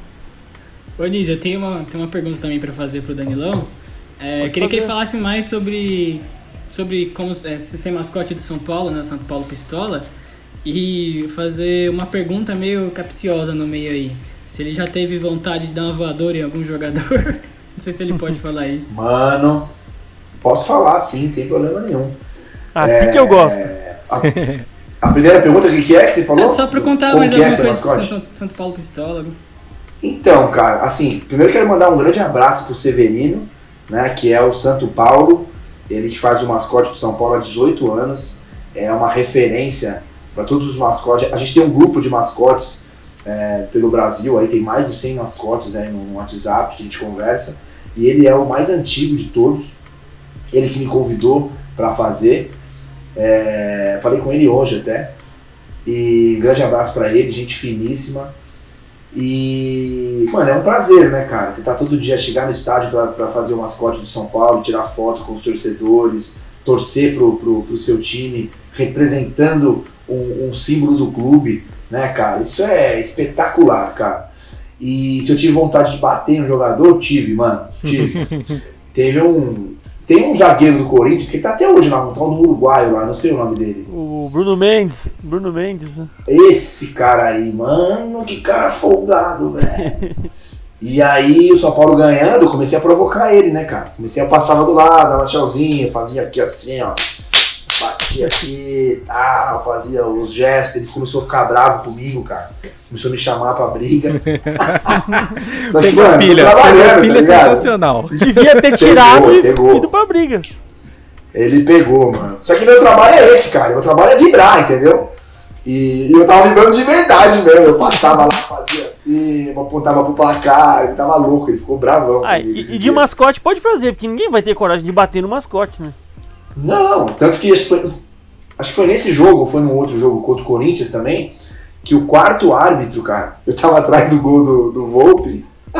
Ô Anísio, eu tenho uma, tenho uma pergunta também pra fazer pro Danilão. É, queria que ele falasse mais sobre, sobre como é, ser mascote do São Paulo, né? São Paulo Pistola. E fazer uma pergunta meio capciosa no meio aí. Se ele já teve vontade de dar uma voadora em algum jogador. Não sei se ele pode falar isso. Mano, posso falar sim, sem problema nenhum. Assim é, que eu gosto. A, A primeira pergunta, o que, que é que você falou? É, só pra contar Como mais que é alguma ser coisa mascote? de Santo Paulo Pistola. Então, cara, assim, primeiro quero mandar um grande abraço pro Severino, né, que é o Santo Paulo, ele que faz o mascote do São Paulo há dezoito anos, é uma referência para todos os mascotes. A gente tem um grupo de mascotes é, pelo Brasil, aí tem mais de cem mascotes aí no, no WhatsApp que a gente conversa, e ele é o mais antigo de todos, ele que me convidou para fazer, é, falei com ele hoje até, e um grande abraço para ele, gente finíssima. E, mano, é um prazer, né, cara? Você tá todo dia, chegar no estádio pra, pra fazer o mascote do São Paulo, tirar foto com os torcedores, torcer pro, pro, pro seu time, representando um, um símbolo do clube, né, cara? Isso é espetacular, cara. E se eu tive vontade de bater no jogador, tive, mano, tive. Teve um... Tem um zagueiro do Corinthians que tá até hoje lá, um tal do uruguaio lá, não sei o nome dele. O Bruno Mendes, Bruno Mendes, né? Esse cara aí, mano, que cara folgado, velho. E aí o São Paulo ganhando, eu comecei a provocar ele, né, cara? Comecei a passar do lado, dava tchauzinho, fazia aqui assim, ó. Batia aqui, tal, fazia os gestos, ele começou a ficar bravo comigo, cara. Começou a me chamar pra briga. Só que, Pegou mano, pilha, tô trabalhando, pegou pilha tá ligado? sensacional. Devia ter tirado Pegou, e pegou. ido pra briga. Ele pegou, mano. Só que meu trabalho é esse, cara. Meu trabalho é vibrar, entendeu? E, e eu tava vibrando de verdade mesmo. Eu passava lá, fazia assim, eu apontava pro placar, ele tava louco, ele ficou bravão. Ah, comigo e, esse e de dia. mascote pode fazer, porque ninguém vai ter coragem de bater no mascote, né? Não, tanto que acho que, foi, acho que foi nesse jogo, ou foi num outro jogo contra o Corinthians também, que o quarto árbitro, cara, eu tava atrás do gol do, do Volpe,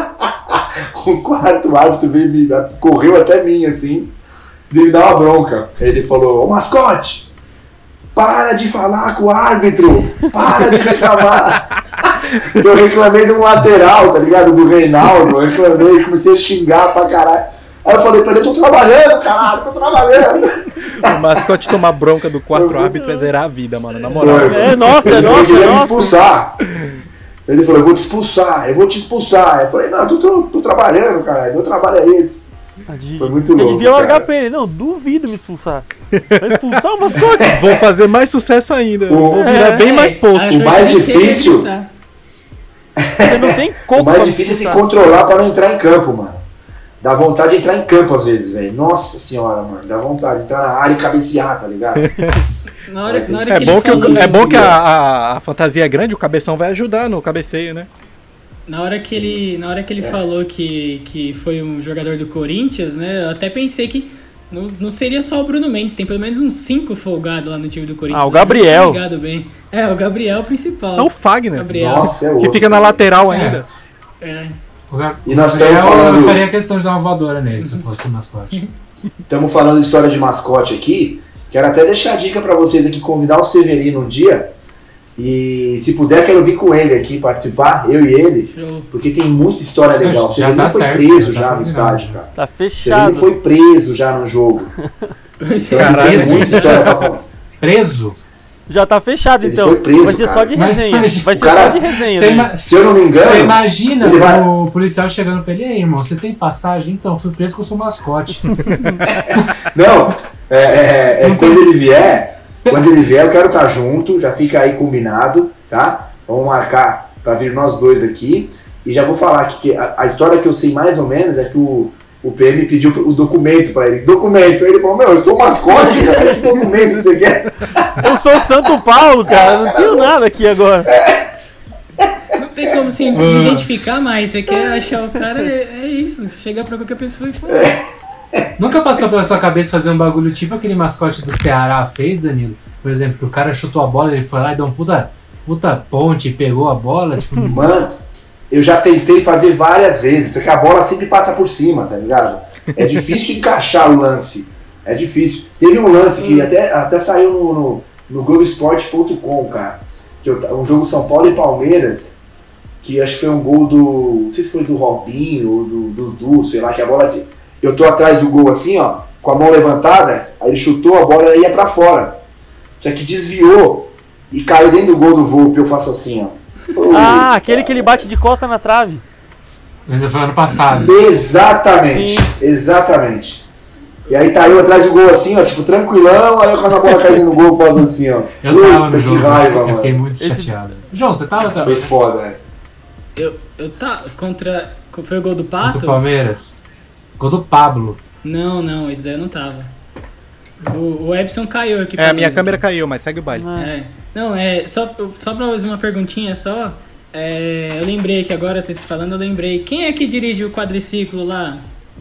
o quarto árbitro veio me, correu até mim, assim, veio me dar uma bronca. Ele falou, ô mascote, para de falar com o árbitro, para de reclamar. Eu reclamei de um lateral, tá ligado, do Reinaldo, eu reclamei, comecei a xingar pra caralho. Aí eu falei pra ele, eu tô trabalhando, caralho, tô trabalhando. O mascote tomar bronca do quatro árbitros é zerar a vida, mano, na moral. Foi. É, nossa, Ele falou nossa, que ia me nossa. expulsar. Ele falou, eu vou te expulsar, eu vou te expulsar. Eu falei, não, eu tô, tô, tô trabalhando, caralho, meu trabalho é esse. Tadinho. Foi muito Eu louco, devia largar cara. pra ele. Não, duvido me expulsar. Vai expulsar o mascote? Vou fazer mais sucesso ainda. O- Vou virar É, bem mais a post. torcida mais inteira ia difícil- gritar. Você não tem como. O mais pra difícil é se expulsar. controlar pra não entrar em campo, mano. Dá vontade de entrar em campo às vezes, velho. Nossa senhora, mano. Dá vontade de entrar na área e cabecear, tá ligado? Na hora, Mas na hora é que É bom ele que, o- falou, é bom que a, a- a fantasia é grande, o cabeção vai ajudar no cabeceio, né? na hora que ele, na hora que ele falou que, que foi um jogador do Corinthians, né? Eu até pensei que não, não seria só o Bruno Mendes, tem pelo menos uns cinco folgados lá no time do Corinthians. Ah, o Eu não Gabriel. tô ligado bem. É, o Gabriel principal. É o Fagner, Gabriel. Nossa, é que outro. fica na lateral É. ainda. É. O Gab- E nós o estamos Gabriel, falando- Eu faria questão de dar uma voadora nele se eu fosse o mascote. Estamos falando de história de mascote aqui. Quero até deixar a dica pra vocês aqui, convidar o Severino um dia. E se puder, quero vir com ele aqui participar, eu e ele. Show. Porque tem muita história legal. O Já Severino tá foi certo, preso já já tá no combinado. estádio, cara. Tá O Severino fechado. foi preso já no jogo. Então, Caralho. tem muita história pra contar. Preso? Já tá fechado, Ele então. foi preso, vai ser só cara. de Mas- resenha. mas- Vai ser o cara- só de resenha, Você né? ima- Se eu não me engano, Você imagina ele vai- o policial chegando pra ele, e aí, irmão, você tem passagem? Então, fui preso que eu sou mascote. Não, é, é, é, quando ele vier, quando ele vier, eu quero estar junto, já fica aí combinado, tá? Vamos marcar pra vir nós dois aqui. E já vou falar aqui que a, a história que eu sei mais ou menos é que o, o P M pediu o documento pra ele. Documento. Aí ele falou, meu, eu sou mascote, cara. Que documento que você quer? Eu sou o Santo Paulo, cara. Não tenho nada aqui agora. Não tem como se identificar mais. Você quer achar o cara, é, é isso. Chegar pra qualquer pessoa e falar. Nunca passou pela sua cabeça fazer um bagulho tipo aquele mascote do Ceará fez, Danilo? Por exemplo, que o cara chutou a bola, ele foi lá e deu um puta, puta ponte e pegou a bola, tipo... Mano, eu já tentei fazer várias vezes, só que a bola sempre passa por cima, tá ligado? É difícil encaixar o lance. É difícil. Teve um lance que até, até saiu no, no, no Globoesporte ponto com, cara. Que eu, um jogo São Paulo e Palmeiras, que acho que foi um gol do. Não sei se foi do Robinho ou do Dudu, sei lá, que a bola. Eu tô atrás do gol assim, ó, com a mão levantada, aí ele chutou, a bola ia pra fora. Só que desviou e caiu dentro do gol do Volpe, eu faço assim, ó. Ah, aquele que ele bate de costa na trave. Ainda foi ano passado. Exatamente, Sim. exatamente. E aí tá eu atrás do gol assim, ó, tipo, tranquilão, aí quando a bola cai no gol, faz assim, ó. Eu tava Puta, no jogo, que raiva, eu fiquei mano. muito chateado. João, você tava Foi também? foda essa. Eu, eu tá contra. Foi o gol do Pato? Contra o Palmeiras. Gol do Pablo. Não, não, esse daí eu não tava. O, o Epson caiu aqui. É, pra a minha nós. câmera caiu, mas segue o baile. É. Não, é. Só, só pra fazer uma perguntinha só. É, eu lembrei que agora, vocês falando, eu lembrei. Quem é que dirige o quadriciclo lá?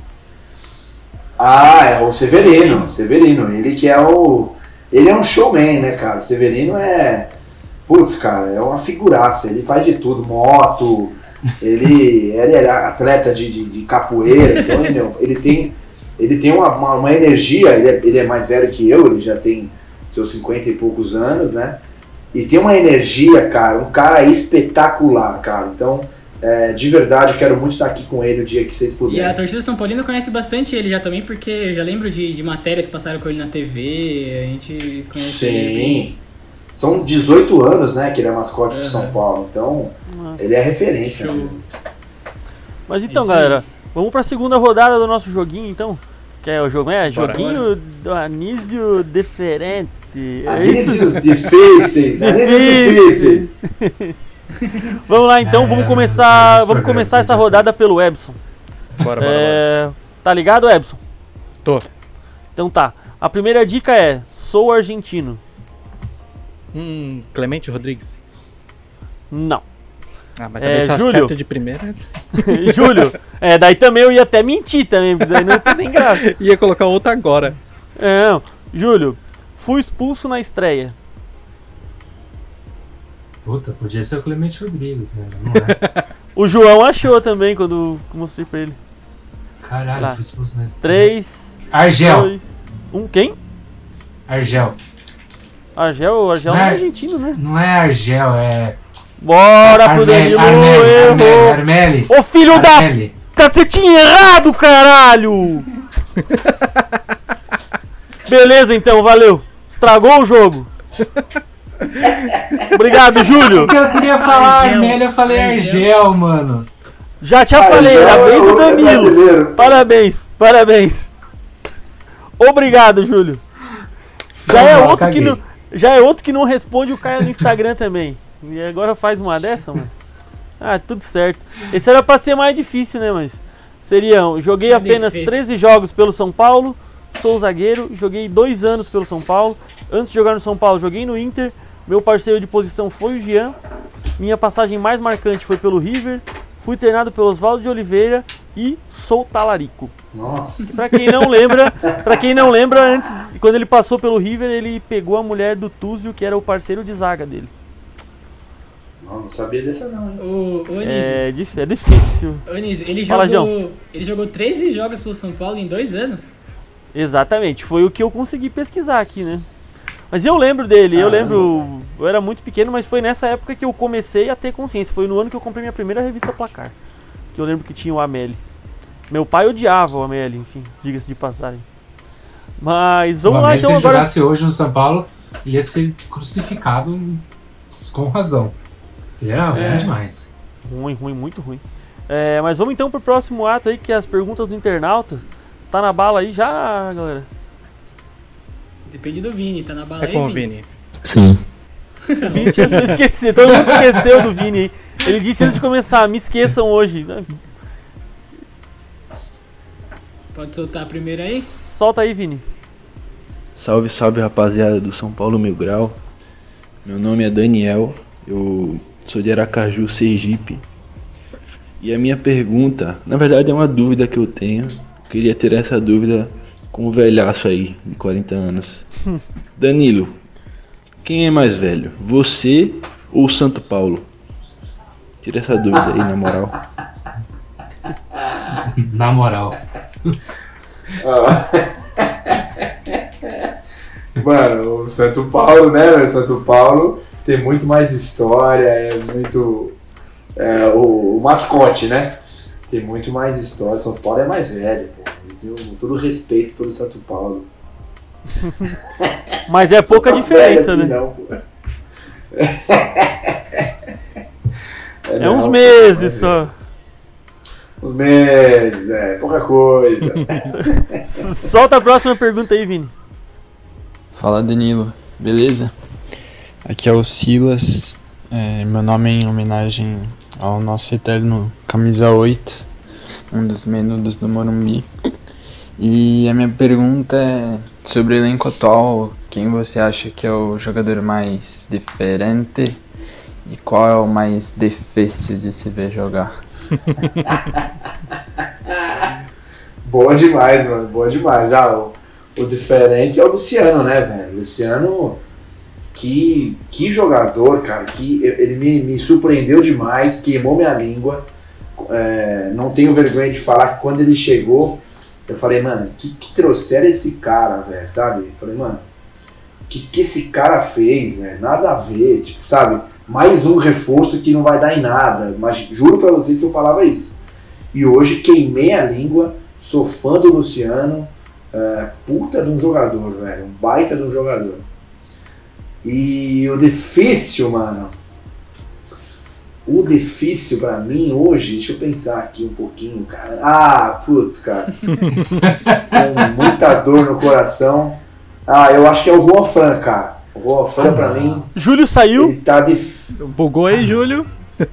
Ah, é o Severino, Severino, ele que é o... Ele é um showman, né, cara? O Severino é... Putz, cara, é uma figuraça, ele faz de tudo, moto, ele, ele é atleta de, de, de capoeira, então meu, ele tem, ele tem uma, uma, uma energia, ele é, ele é mais velho que eu, ele já tem seus cinquenta e poucos anos, né? E tem uma energia, cara, um cara espetacular, cara, então... É, de verdade, eu quero muito estar aqui com ele o dia que vocês E a puderem. torcida São Paulina conhece bastante ele já também, porque eu já lembro de, de matérias que passaram com ele na T V, a gente conhece ele bem. Sim. São dezoito anos, né, que ele é mascote do Uhum. São Paulo, então Ah. ele é referência. Show. Né? Mas então, Isso aí. galera, vamos pra segunda rodada do nosso joguinho, então. Que é o jogo, é? Bora. Joguinho do Anísio Diferente. É isso? Anísios difíceis, anísios difíceis. Vamos lá, então, É, vamos os começar, melhores vamos programas começar que essa já rodada fez. pelo Ebson. Bora, bora, bora. É, tá ligado, Ebson? Tô. Então tá. A primeira dica é: sou argentino. Hum, Clemente Rodrigues. Não. Ah, mas É, também se eu Júlio. acerto de primeira... Júlio, é, daí também eu ia até mentir também, porque daí não tem nem graça. Ia colocar outra agora. É, não. Júlio, fui expulso na estreia. Puta, podia ser o Clemente Rodrigues, né? Não é. O João achou também quando mostrei pra ele. Caralho, Tá. fui expulso na estreia. três, Argel. dois, um. Quem? Argel. Argel, Argel não é Não é- argentino, né? Não é Argel, é. Bora pro Armeli, Danilo, Armeli, Armeli, errou. Armeli. Ô filho Armeli. da cacetinha, errado, caralho! Beleza então, valeu. Estragou o jogo. Obrigado, Júlio. Porque eu queria falar Argel. Armeli, eu falei Argel. Argel, mano. Já te Ah, falei, já era a vez do é Danilo. brasileiro. Parabéns, parabéns. Obrigado, Júlio. Já é Não, outro que caguei. não, já é outro que não responde o Caio no Instagram também. E agora faz uma dessa, mano. Ah, tudo certo. Esse era pra ser mais difícil, né, mas seriam, joguei É apenas difícil. treze jogos pelo São Paulo, sou zagueiro, joguei dois anos pelo São Paulo. Antes de jogar no São Paulo, joguei no Inter. Meu parceiro de posição foi o Jean. Minha passagem mais marcante foi pelo River. Fui treinado pelo Oswaldo de Oliveira e sou talarico. Nossa. Pra quem não lembra, para quem não lembra, antes, quando ele passou pelo River, ele pegou a mulher do Túzio, que era o parceiro de zaga dele. Não, não sabia dessa não, hein? O, o Anísio, É, dif- é difícil. o Anísio, ele Fala, jogou. Ele jogou treze jogos pelo São Paulo em dois anos? Exatamente, foi o que eu consegui pesquisar aqui, né? Mas eu lembro dele, eu Caramba. lembro, eu era muito pequeno, mas foi nessa época que eu comecei a ter consciência. Foi no ano que eu comprei minha primeira revista Placar. Que eu lembro que tinha o Amélie. Meu pai odiava o Amélie, enfim, diga-se de passagem. Mas vamos O lá América, então se ele agora. jogasse hoje no São Paulo, ele ia ser crucificado com razão. Ele era É. ruim demais. Ruim, ruim, muito ruim. É, mas vamos então pro próximo ato aí, que é as perguntas do internauta. Tá na bala aí já, galera? Depende do Vini, tá na bala É aí, com o Vini. Sim. O Vini tinha esquecido, todo mundo esqueceu do Vini aí. Ele disse antes de começar, me esqueçam hoje. Pode soltar a primeira aí? Solta aí, Vini. Salve, salve rapaziada do São Paulo Mil Grau. Meu nome é Daniel, eu sou de Aracaju, Sergipe. E a minha pergunta, na verdade é uma dúvida que eu tenho. Eu queria ter essa dúvida com o velhaço aí, de quarenta anos. Danilo, quem é mais velho? Você ou o Santo Paulo? Tira essa dúvida aí, na moral. Na moral. Mano, o Santo Paulo, né? O Santo Paulo tem muito mais história, é muito. É, o, o mascote, né? Tem muito mais história. O São Paulo é mais velho, pô. Eu tenho todo o respeito pelo Santo Paulo. Mas é pouca Não tá diferença, velho assim, né? não, pô. É uns não, meses mas só. Uns meses, é, pouca coisa. Solta a próxima pergunta aí, Vini. Fala, Danilo, beleza? Aqui é o Silas, é, meu nome é em homenagem ao nosso eterno camisa oito, um dos menudos do Morumbi. E a minha pergunta é sobre o elenco atual, quem você acha que é o jogador mais diferente e qual é o mais difícil de se ver jogar? Boa demais, mano, boa demais. Ah, o, o diferente é o Luciano, né, velho? Luciano, que, que jogador, cara, que ele me, me surpreendeu demais, queimou minha língua. É, não tenho vergonha de falar que quando ele chegou, eu falei, mano, que, que trouxeram esse cara, velho, sabe? Eu falei, mano, que que esse cara fez, velho? Nada a ver, tipo, sabe? Mais um reforço que não vai dar em nada, mas juro pra vocês que eu falava isso. E hoje queimei a língua, sou fã do Luciano, é, puta de um jogador, velho, um baita de um jogador. E o difícil, mano, o difícil pra mim hoje, deixa eu pensar aqui um pouquinho, cara. Ah, putz, cara, com muita dor no coração. Ah, eu acho que é o Juan Fran, cara. O Juan Fran, pra mim... Júlio saiu. Ele tá dif... Bugou aí, Júlio?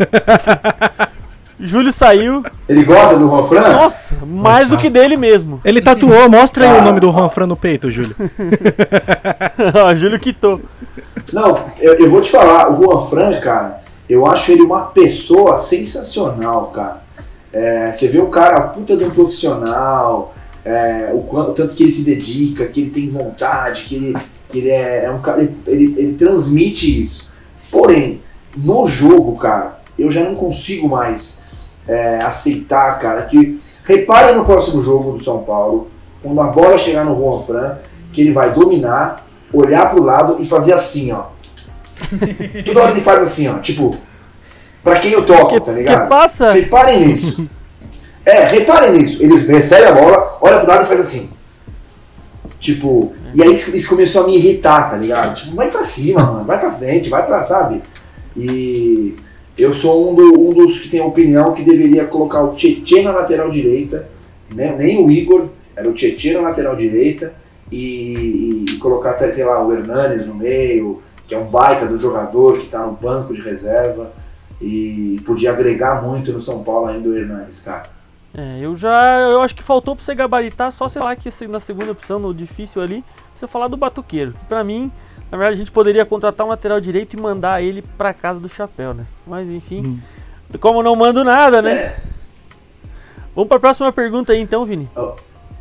Júlio saiu. Ele gosta do Juan Fran? Nossa, mais do que dele mesmo. Ele tatuou, mostra aí ah, o nome do Juan Fran no peito, Júlio. Ó, Júlio quitou. Não, eu, eu vou te falar, o Juan Fran, cara, eu acho ele uma pessoa sensacional, cara. É, você vê o cara, a puta de um profissional, é, o, o tanto que ele se dedica, que ele tem vontade, que ele... Ele é, é um cara, ele, ele, ele transmite isso. Porém, no jogo, cara, eu já não consigo mais é, aceitar, cara, que... Reparem no próximo jogo do São Paulo, quando a bola chegar no Juan Fran, que ele vai dominar, olhar pro lado e fazer assim, ó. Toda hora ele faz assim, ó, tipo, pra quem eu toco, que, tá ligado? Que passa? Reparem nisso. É, reparem nisso. Ele recebe a bola, olha pro lado e faz assim. Tipo, e aí isso começou a me irritar, tá ligado? Tipo, vai pra cima, mano, vai pra frente, vai pra, sabe? E eu sou um, do, um dos que tem a opinião que deveria colocar o Tietê na lateral direita, né? Nem o Igor, era o Tietê na lateral direita e, e colocar até, sei lá, o Hernanes no meio, que é um baita do jogador que tá no banco de reserva e podia agregar muito no São Paulo ainda o Hernanes, cara. É, eu já, eu acho que faltou pra você gabaritar só, sei lá, que na segunda opção, no difícil ali, você falar do Batuqueiro. Pra mim, na verdade, a gente poderia contratar um lateral direito e mandar ele pra casa do chapéu, né? Mas enfim, hum. como não mando nada, né? É. Vamos pra próxima pergunta aí então, Vini. Oh.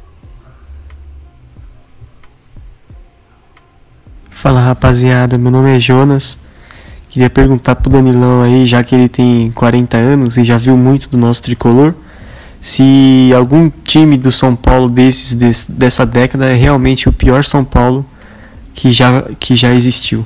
Fala, rapaziada, meu nome é Jonas. Queria perguntar pro Danilão aí, já que ele tem quarenta anos e já viu muito do nosso tricolor, se algum time do São Paulo desses, desse, dessa década é realmente o pior São Paulo que já, que já existiu.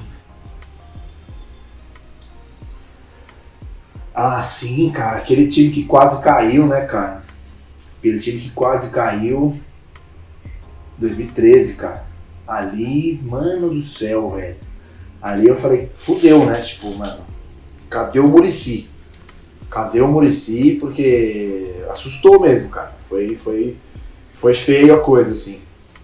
Ah, sim, cara. Aquele time que quase caiu, né, cara? Aquele time que quase caiu dois mil e treze, cara. Ali, mano do céu, velho. Ali eu falei, fudeu, né? Tipo, mano, cadê o Muricy? Cadê o Muricy? Porque assustou mesmo, cara. Foi, foi, foi feio a coisa, assim.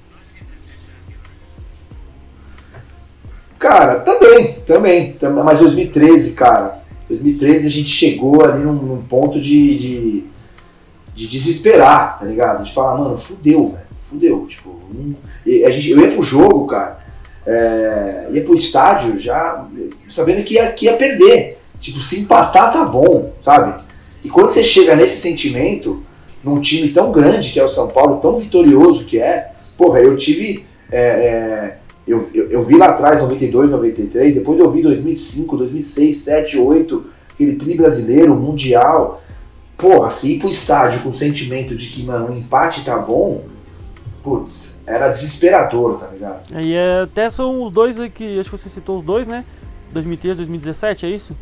Cara, também, também. também mas dois mil e treze, cara. dois mil e treze a gente chegou ali num, num ponto de, de, de desesperar, tá ligado? De falar, mano, fudeu, velho. Fudeu. Tipo, um, a gente, eu ia pro jogo, cara. É, ia pro estádio já sabendo que ia, que ia perder. Tipo, se empatar tá bom, sabe? E quando você chega nesse sentimento, num time tão grande que é o São Paulo, tão vitorioso que é, porra, eu tive... É, é, eu, eu, eu vi lá atrás, noventa e dois, noventa e três, depois eu vi dois mil e cinco, dois mil e seis, dois mil e sete, dois mil e oito, aquele tri brasileiro, mundial. Porra, se ir pro estádio com o sentimento de que, mano, o empate tá bom, putz, era desesperador, tá ligado? E é, até são os dois que, acho que você citou os dois, né? dois mil e treze, dois mil e dezessete, é isso?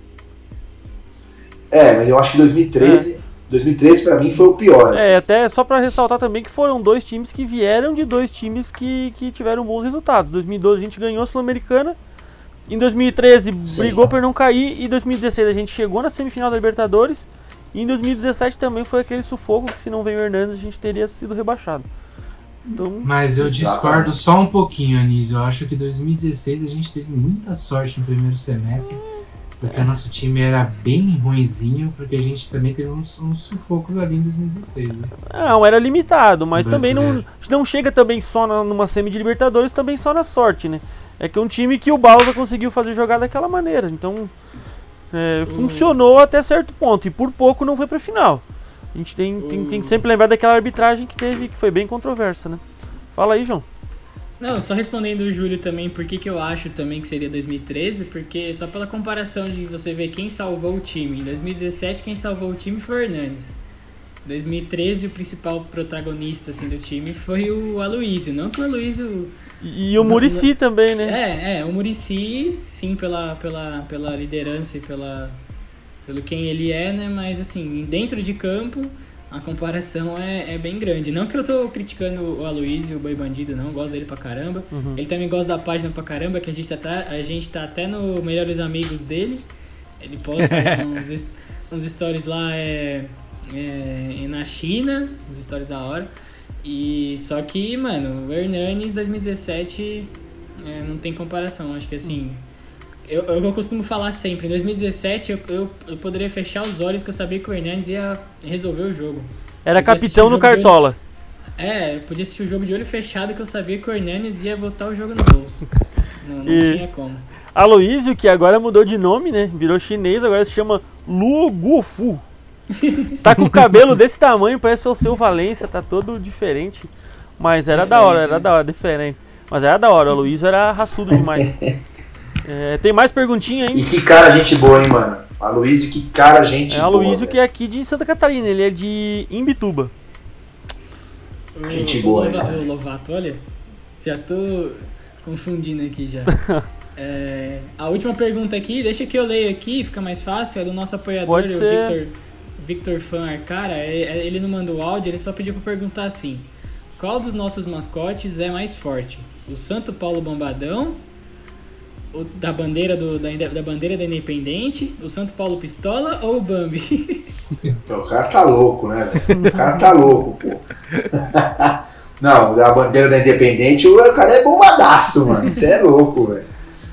É, mas eu acho que dois mil e treze, é. dois mil e treze pra mim foi o pior. Assim. É, até só pra ressaltar também que foram dois times que vieram de dois times que, que tiveram bons resultados. Em dois mil e doze a gente ganhou a Sul-Americana, em dois mil e treze Sim. brigou por não cair, e em dois mil e dezesseis a gente chegou na semifinal da Libertadores, E em dois mil e dezessete também foi aquele sufoco que se não veio o Hernandes a gente teria sido rebaixado. Então, Mas eu discordo só um pouquinho, Anísio. Eu acho que em dois mil e dezesseis a gente teve muita sorte no primeiro semestre, porque o nosso time era bem ruinzinho, porque a gente também teve uns, uns sufocos ali em dois mil e dezesseis. Né? Não, era limitado, mas também não, Brasileiro. não chega também só na, numa semi de Libertadores, também só na sorte, né? É que é um time que o Balsa conseguiu fazer jogar daquela maneira, então é, Hum. funcionou até certo ponto, e por pouco não foi pra final. A gente tem, tem, tem que sempre lembrar daquela arbitragem que teve, que foi bem controversa, né? Fala aí, João. Não, só respondendo o Júlio também, por que que eu acho também que seria dois mil e treze, porque só pela comparação de você ver quem salvou o time. Em dois mil e dezessete, quem salvou o time foi o Hernandes. Em dois mil e treze, o principal protagonista assim, do time foi o Aloysio. Não que o Aloysio... E, e o Muricy também, né? É, é, o Muricy, sim, pela, pela, pela liderança e pela, pelo quem ele é, né? Mas, assim, dentro de campo, a comparação é, é bem grande. Não que eu tô criticando o Aloysio, o Boi Bandido, não. Gosto dele pra caramba. Uhum. Ele também gosta da página pra caramba, que a gente tá, a gente tá até no Melhores Amigos dele. Ele posta uns, est- uns stories lá é, é, na China, uns stories da hora. E só que, mano, o Hernanes dois mil e dezessete é, não tem comparação. Acho que assim, eu, eu costumo falar sempre, em dois mil e dezessete eu, eu, eu poderia fechar os olhos que eu sabia que o Hernanes ia resolver o jogo. Era Eu podia assistir capitão o no jogo de olho- Cartola. É, eu podia assistir o jogo de olho fechado que eu sabia que o Hernanes ia botar o jogo no bolso. Não, não E- tinha como. Aloysio, que agora mudou de nome, né? Virou chinês, agora se chama Luo Guofu. Tá com o cabelo desse tamanho, parece o seu Valência, tá todo diferente. Mas era da hora, era da hora, diferente. Mas era da hora, o Aloysio era raçudo demais. É, tem mais perguntinha, hein? E que cara gente boa, hein, mano? Aloysio, que cara gente É boa. o Aloysio velho. que é aqui de Santa Catarina, ele é de Imbituba. O, Gente o boa, Lovato, né? o Lovato, olha, já tô confundindo aqui já. É, a última pergunta aqui, deixa que eu leio aqui, fica mais fácil, é do nosso apoiador, Pode o ser. Victor, Victor Fan Arcara. É- Ele não mandou áudio, ele só pediu pra perguntar assim: qual dos nossos mascotes é mais forte? O Santo Paulo Bombadão, o da bandeira, do, da, da bandeira da Independente, o Santo Paulo Pistola ou o Bambi? O cara tá louco, né, velho? O cara tá louco, pô. Não, a bandeira da Independente, o cara é bombadaço, mano. Você é louco, velho.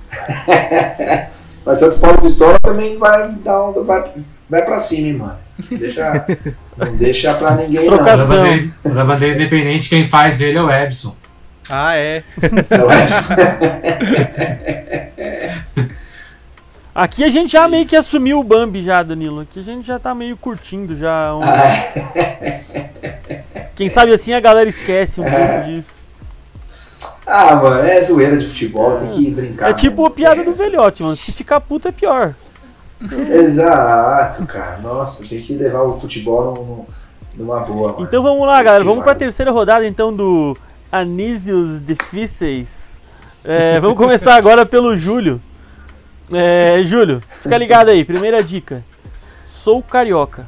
Mas Santo Paulo Pistola também vai dar um, vai, vai pra cima, hein, mano. Deixa, não deixa pra ninguém, O da Trocação. bandeira, o da bandeira independente, quem faz ele é o Ebson. Ah, é. não. Eu acho. Aqui a gente já meio que assumiu o Bambi já, Danilo. Aqui a gente já tá meio curtindo já. um- Quem sabe assim a galera esquece um pouco disso. Ah, mano, é zoeira de futebol, tem que brincar. É tipo né? a piada do Essa. velhote, mano. Se ficar puto é pior. Exato, cara. Nossa, tem que levar o futebol num- num- numa boa, mano. Então vamos lá, galera. Vamos pra Vai. terceira rodada então do Anísios Difíceis. É, vamos começar agora pelo Júlio. É, Júlio, fica ligado aí. Primeira dica. Sou carioca.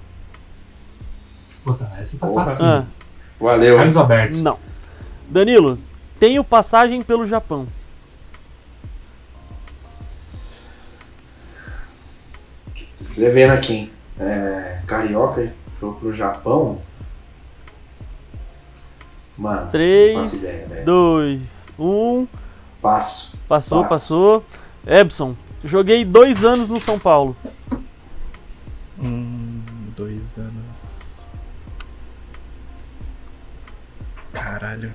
Puta, essa tá Porra. fácil. Ah, Valeu. Carlos Alberto. não. Danilo, tenho passagem pelo Japão. Escrevendo aqui, hein? É, carioca pro, pro Japão. Mano, Três, não faço ideia, velho. dois, um. Passo. Passou, Passo. passou. Ebson, joguei dois anos no São Paulo. Hum, dois anos. Caralho.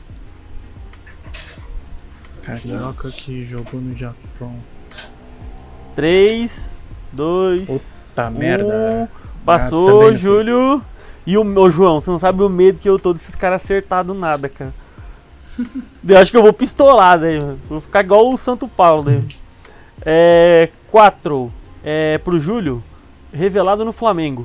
Carioca que jogou no Japão. Três, dois, Puta um. merda. Passou, Ah, também não sei. Júlio. E o ô, João, você não sabe o medo que eu tô desses caras acertar do nada, cara. Eu acho que eu vou pistolar daí, mano. Vou ficar igual o Santo Paulo daí. É. Quatro. É pro Júlio. Revelado no Flamengo.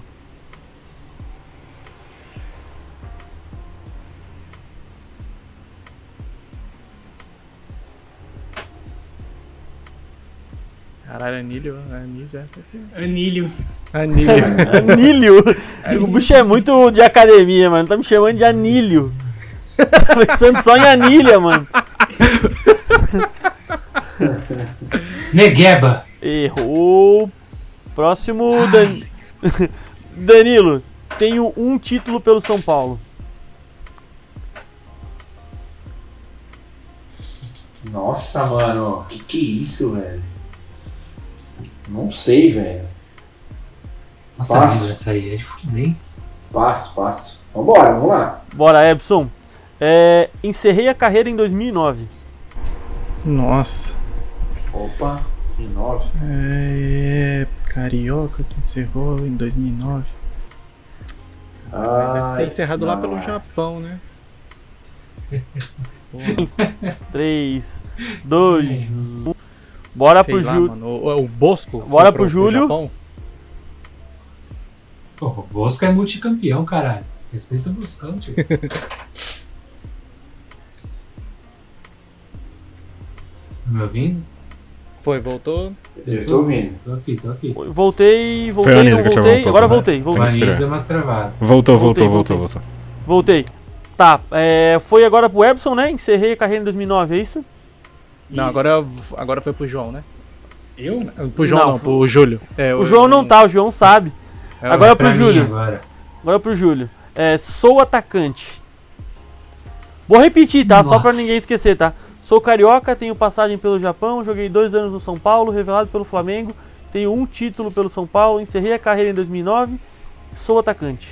Caralho, Anílio, Anísio, essa sim. Anílio. Anílio. Anilho. O bicho é muito de academia, mano. Tá me chamando de Anilho. Pensando só em anilha, mano. Negueba. Errou. Próximo. Dan... Danilo, tenho um título pelo São Paulo. Nossa, mano. Que que é isso, velho? Não sei, velho. Nossa, Passo. essa aí é de fuder, hein? Passo, passo. Vambora, vamos lá. Bora, Ebson. É, encerrei a carreira em dois mil e nove. Nossa. Opa, dois mil e nove. É. Carioca que encerrou em dois mil e nove. Deve Ai, ser encerrado lá não. pelo Japão, né? três, dois, um. Bora Sei pro lá, Júlio. mano. O, o Bosco. Bora foi pro Júlio. Japão. Pô, o Bosco é multicampeão, caralho. Respeita o Boscão, tio. Tá me ouvindo? Foi, voltou. Eu tô ouvindo. Tô aqui, tô aqui. Voltei, voltei, Foi a não Anísio que chamou voltei. um pouco, Agora né? voltei, O voltei. Anísio deu uma travada. Voltou, Voltei, voltou, voltou, voltei. voltou. Voltei. Tá, é, foi agora pro Ebson, né? Encerrei a carreira em dois mil e nove, é isso? Não, agora, agora foi pro João, né? Eu? Pro João Não, não, pro Júlio. É, O João não tá, o João sabe. É, Agora Pra pro mim Júlio. Agora. Agora pro Júlio. É, sou atacante. Vou repetir, tá? Só pra Nossa. ninguém esquecer, tá? Sou carioca, tenho passagem pelo Japão, joguei dois anos no São Paulo, revelado pelo Flamengo, tenho um título pelo São Paulo, encerrei a carreira em dois mil e nove, sou atacante.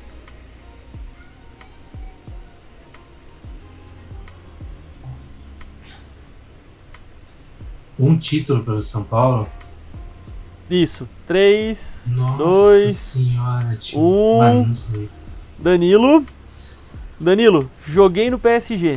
Um título pelo São Paulo? Isso. três, Nossa dois, senhora, tio. um. Mano, não sei. Danilo. Danilo, joguei no P S G.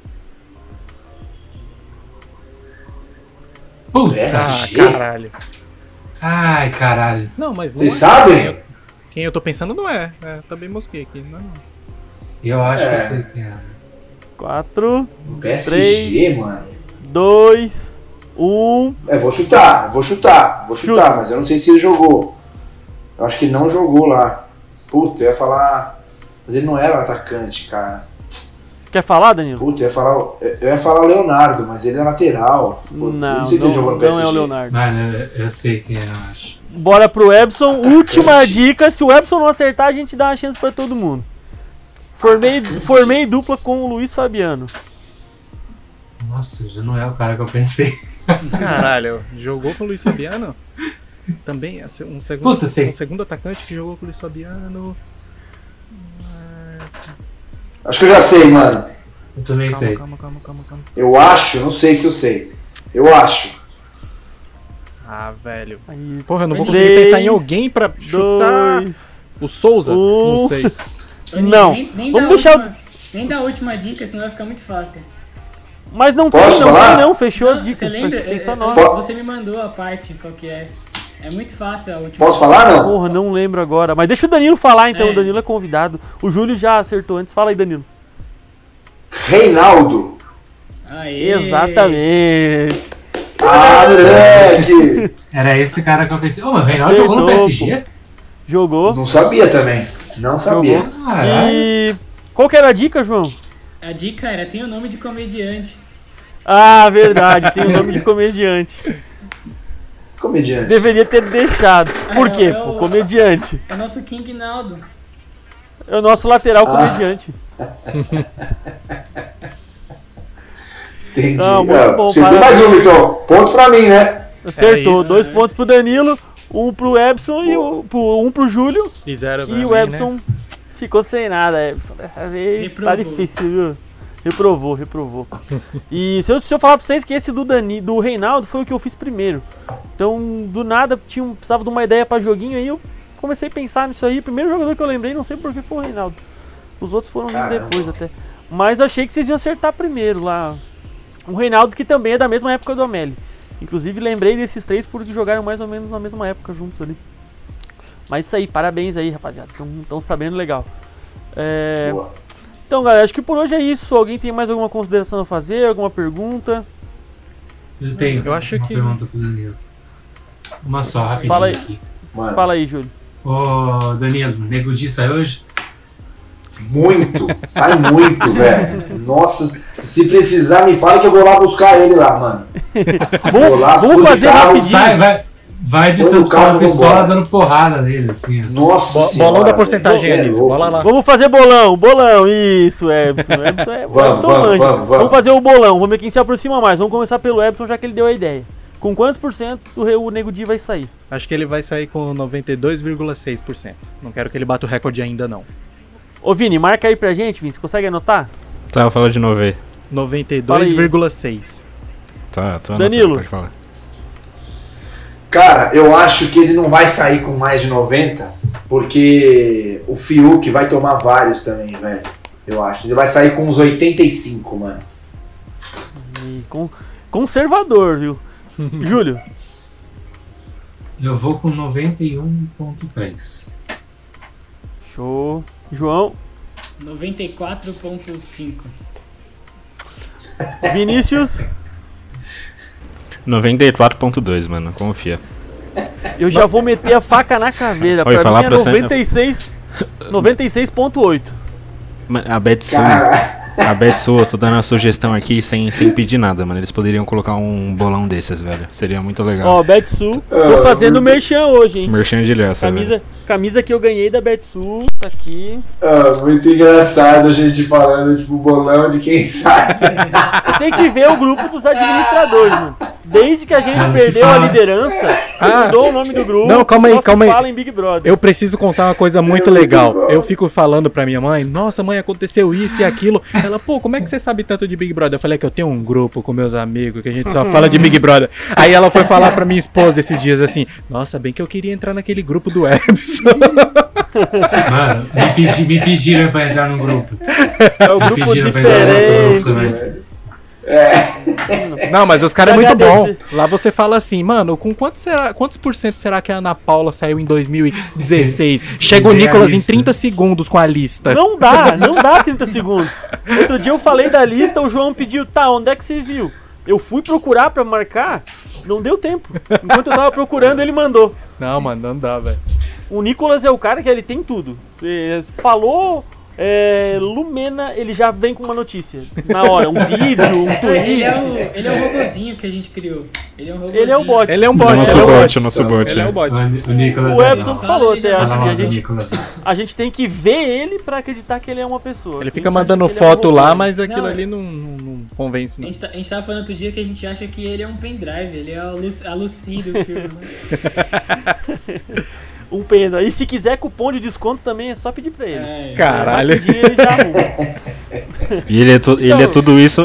Puta. Ah, P S G? caralho. Ai, caralho. Não, mas não Vocês é. sabem? Quem eu, quem eu tô pensando não é. É, tá bem mosquei aqui. Não, não. Eu acho É. que eu sei quem é. quatro, P S G, mano. dois, um. É, vou chutar, vou chutar, vou chutar, Chuta. mas eu não sei se ele jogou. Eu acho que ele não jogou lá. Puta, eu ia falar. Mas ele não era atacante, cara. Quer falar, Danilo? Puta, eu ia falar, eu ia falar o Leonardo, mas ele é lateral. Putz, eu Não, não sei se ele jogou não, no P S G. não é o Leonardo. Mano, eu, eu sei quem é, eu acho. Bora pro Ebson. Última dica: se o Ebson não acertar, a gente dá uma chance pra todo mundo. Formei, formei dupla com o Luiz Fabiano. Nossa, já não é o cara que eu pensei. Caralho, jogou com o Luiz Fabiano? Também é um segundo, Puta, sei. um segundo atacante que jogou com o Luiz Fabiano. Acho que eu já sei, mano. Eu também Calma, sei. calma, calma, calma, calma. Eu acho, não sei se eu sei. Eu acho. Ah, velho. Aí, Porra, eu não vou Três, conseguir pensar em alguém pra chutar dois. o Souza? um. Não sei. Não. Nem, nem, Vamos dá a deixar. última, nem dá a última dica, senão vai ficar muito fácil. Mas não Posso tem, não falar? tem, não. Fechou as Não, dicas. você lembra? Tem só É, é, nome. Po- você me mandou a parte, qual que é. É muito fácil a última. Posso falar, não? Porra, não lembro agora. Mas deixa o Danilo falar, então. É. O Danilo é convidado. O Júlio já acertou antes. Fala aí, Danilo. Reinaldo. Aê. Exatamente. Ah, moleque. Era esse cara que eu pensei. Ô, mas o Reinaldo jogou no P S G? Jogou. Não sabia também. Não sabia. Jogou. Caralho. E qual que era a dica, João? A dica era, tem o nome de comediante. Ah, verdade. Tem o nome de comediante. Comediante. Deveria ter deixado. Por Ah, quê? é Pô, o- comediante. É o nosso King Naldo. É o nosso lateral Ah. comediante. Entendi. Não, muito Ah, bom, você tem parabéns. mais um, então. Ponto pra mim, né? Acertou. isso. Dois pontos pro Danilo, um pro Ebson e o, pro- um pro Júlio. Fizeram pra E mim, o Ebson né? ficou sem nada. Ebson, dessa vez tá Reprovou. difícil, viu? Reprovou, reprovou. E se eu, se eu falar pra vocês que esse do, Dani, do Reinaldo foi o que eu fiz primeiro. Então, do nada, tinha, um- precisava de uma ideia pra joguinho aí, eu comecei a pensar nisso aí. O primeiro jogador que eu lembrei, não sei por que foi o Reinaldo. Os outros foram vindo Caramba. depois até. Mas eu achei que vocês iam acertar primeiro lá. O Reinaldo, que também é da mesma época do Amélie. Inclusive, lembrei desses três porque jogaram mais ou menos na mesma época juntos ali. Mas isso aí, parabéns aí, rapaziada. Estão sabendo legal. É... Boa. Então, galera, acho que por hoje é isso. Alguém tem mais alguma consideração a fazer? Alguma pergunta? Eu tenho Eu acho uma que- pergunta pro Danilo. Uma só, rapidinho Fala aí. aqui. Mano, Fala aí, Júlio. Ô, Danilo, Nego Di sai hoje? muito. Sai muito, velho. Nossa, se precisar, me fala que eu vou lá buscar ele lá, mano. Vou lá, Vamos fui de fazer carro, rapidinho. Sai, vai, Vai de Põe Santo no carro, Paulo pistola vambora. dando porrada nele, assim. ó. Nossa Bo- senhora, bolão da velho. porcentagem, Você é Anísio. louco. Bola lá. Vamos fazer bolão, bolão, isso, Ebson. Ebson é, Vamos, Ebson vamos, manja. vamos, vamos. fazer o bolão, vamos ver quem se aproxima mais. Vamos começar pelo Ebson, já que ele deu a ideia. Com quantos por cento o, Re- o Nego Di vai sair? Acho que ele vai sair com noventa e dois vírgula seis por cento. Não quero que ele bata o recorde ainda, não. Ô Vini, marca aí pra gente, Vini. Você consegue anotar? Tá, fala de novo aí. noventa e dois vírgula seis. Tá, tô Danilo. anotando, pode falar. Cara, eu acho que ele não vai sair com mais de noventa, porque o Fiuk vai tomar vários também, velho. Eu acho. Ele vai sair com uns oitenta e cinco, mano. E com- Conservador, viu? Júlio, Eu vou com noventa e um vírgula três. show. João, noventa e quatro vírgula cinco. Vinícius, noventa e quatro ponto dois, mano, confia. eu já vou meter a faca na caveira. Oi, Pra falar mim é pra você- noventa e seis, noventa e seis ponto oito. Ma- A Betsu, Cara, a Betsu, eu tô dando a sugestão aqui sem, sem pedir nada, mano. Eles poderiam colocar um bolão desses, velho. Seria muito legal. Ó, Betsu, tô fazendo merchan hoje, hein? Merchan de graça, velho. Camisa, camisa que eu ganhei da Betsu, tá aqui. ah, muito engraçado a gente falando, tipo, bolão de quem sabe. Você tem que ver o grupo dos administradores, mano. Desde que a gente Ah, se perdeu a fala. liderança, Ah. mudou o nome do grupo. Não, calma aí, só se calma aí. fala em Big Brother. Eu preciso contar uma coisa muito legal. Eu fico falando pra minha mãe, nossa mãe, aconteceu isso e aquilo. Ela, pô, como é que você sabe tanto de Big Brother? Eu falei que eu tenho um grupo com meus amigos que a gente só fala de Big Brother. Aí ela foi falar pra minha esposa esses dias assim, nossa, bem que eu queria entrar naquele grupo do Ebson. Mano, me, pedi, me pediram pra entrar no grupo. É o Me grupo pediram pra entrar no nosso grupo diferente. também. Não, mas os caras é muito Agradecer. bom. Lá você fala assim, mano, com quanto será, quantos por cento será que a Ana Paula saiu em dois mil e dezesseis? Chega o Vem a Nicolas em lista. trinta segundos com a lista. Não dá, não dá trinta segundos. Outro dia eu falei da lista, o João pediu, tá, onde é que você viu? Eu fui procurar pra marcar, não deu tempo. Enquanto eu tava procurando, ele mandou. Não, mano, não dá, velho. O Nicolas é o cara que ele tem tudo. É, falou é, Lumena, ele já vem com uma notícia. Na hora, um vídeo, um tweet. Ele é, o, ele é o robozinho que a gente criou. Ele é um robozinho. Ele é o bot. Ele é um bot. Nosso ele é um bot, nosso bot, Ele é é. um bot. O, o Nicolas O aí, Ebson ó. falou até, Fala acho que mal a do gente, Nicolas aí. a gente tem que ver ele pra acreditar que ele é uma pessoa. Ele A fica gente mandando acha que ele é um foto robô. lá, mas aquilo Não, ali não, não, não convence, A não. gente, tá, a gente tava falando outro dia que a gente acha que ele é um pendrive, ele é a, Lu, a Lucy do filme. Né? Um pena. E se quiser cupom de desconto também é só pedir pra ele. É, Caralho. Rapidinho ele já arruma. E ele é, tu- ele é Então- tudo isso.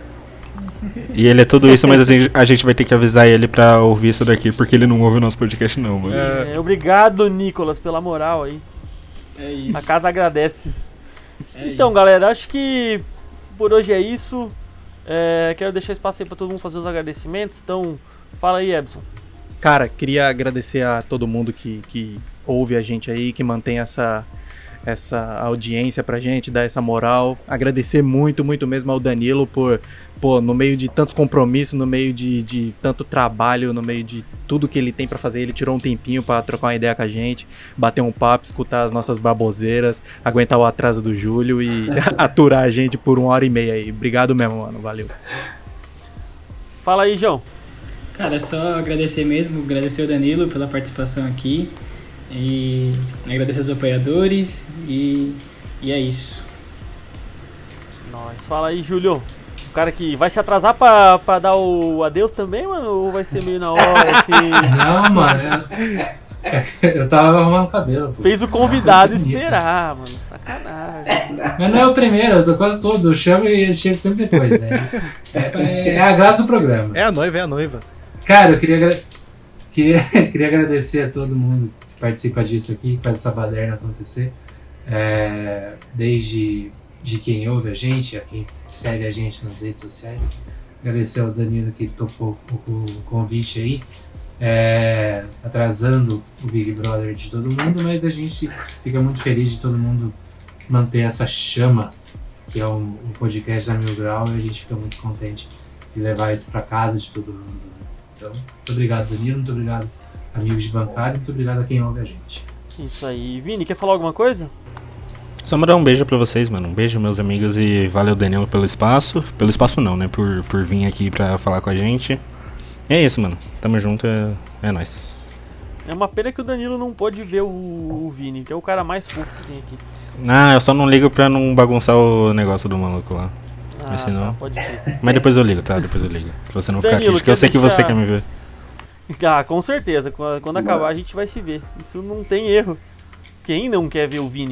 E ele é tudo isso, mas assim, a gente vai ter que avisar ele pra ouvir isso daqui, porque ele não ouve o nosso podcast, não, mano. É, obrigado, Nicolas, pela moral aí. é isso. A casa agradece. É Então, isso. galera, acho que por hoje é isso. É, quero deixar espaço aí pra todo mundo fazer os agradecimentos. Então, fala aí, Ebson. Cara, queria agradecer a todo mundo que, que ouve a gente aí, que mantém essa, essa audiência pra gente, dá essa moral. Agradecer muito, muito mesmo ao Danilo por, pô, no meio de tantos compromissos, no meio de, de tanto trabalho, no meio de tudo que ele tem pra fazer, ele tirou um tempinho pra trocar uma ideia com a gente, bater um papo, escutar as nossas baboseiras, aguentar o atraso do Júlio e aturar a gente por uma hora e meia aí. Obrigado mesmo, mano. Valeu. Fala aí, João. Cara, é só agradecer mesmo, agradecer o Danilo pela participação aqui. E agradecer aos apoiadores. E, e é isso. Nós. Fala aí, Júlio. O cara que vai se atrasar pra, pra dar o adeus também, mano? Ou vai ser meio na hora, assim? Não, mano. Eu, eu tava arrumando o cabelo. Pô. Fez o convidado Coisa bonita. esperar, mano. Sacanagem. Mas não é o primeiro, eu tô quase todos. Eu chamo e ele chega sempre depois, né? É, é a graça do programa. É a noiva, é a noiva. Cara, eu queria, agra- queria, queria agradecer a todo mundo que participa disso aqui, que faz essa baderna acontecer. É, desde de quem ouve a gente, a quem segue a gente nas redes sociais. Agradecer ao Danilo que topou o, o convite aí. É, atrasando o Big Brother de todo mundo, mas a gente fica muito feliz de todo mundo manter essa chama, que é o um, um podcast da Mil Grau, e a gente fica muito contente de levar isso pra casa de todo mundo. Né? Então, muito obrigado, Danilo, muito obrigado, amigos de bancada, muito obrigado a quem ouve a gente. Isso aí. Vini, quer falar alguma coisa? Só mandar um beijo pra vocês, mano. Um beijo, meus amigos, e valeu, Danilo, pelo espaço. Pelo espaço não, né? Por, por vir aqui pra falar com a gente. É isso, mano. Tamo junto, é, é nóis. É uma pena que o Danilo não pôde ver o, o Vini, que é o cara mais fofo que tem aqui. Ah, eu só não ligo pra não bagunçar o negócio do maluco lá. Ah, Mas senão... tá, pode ser. Mas depois eu ligo, tá? Depois eu ligo. Pra você não ficar Danilo, triste, porque eu sei que deixar... você quer me ver. Ah, com certeza. Quando, quando acabar a gente vai se ver. Isso não tem erro. Quem não quer ver o Vini?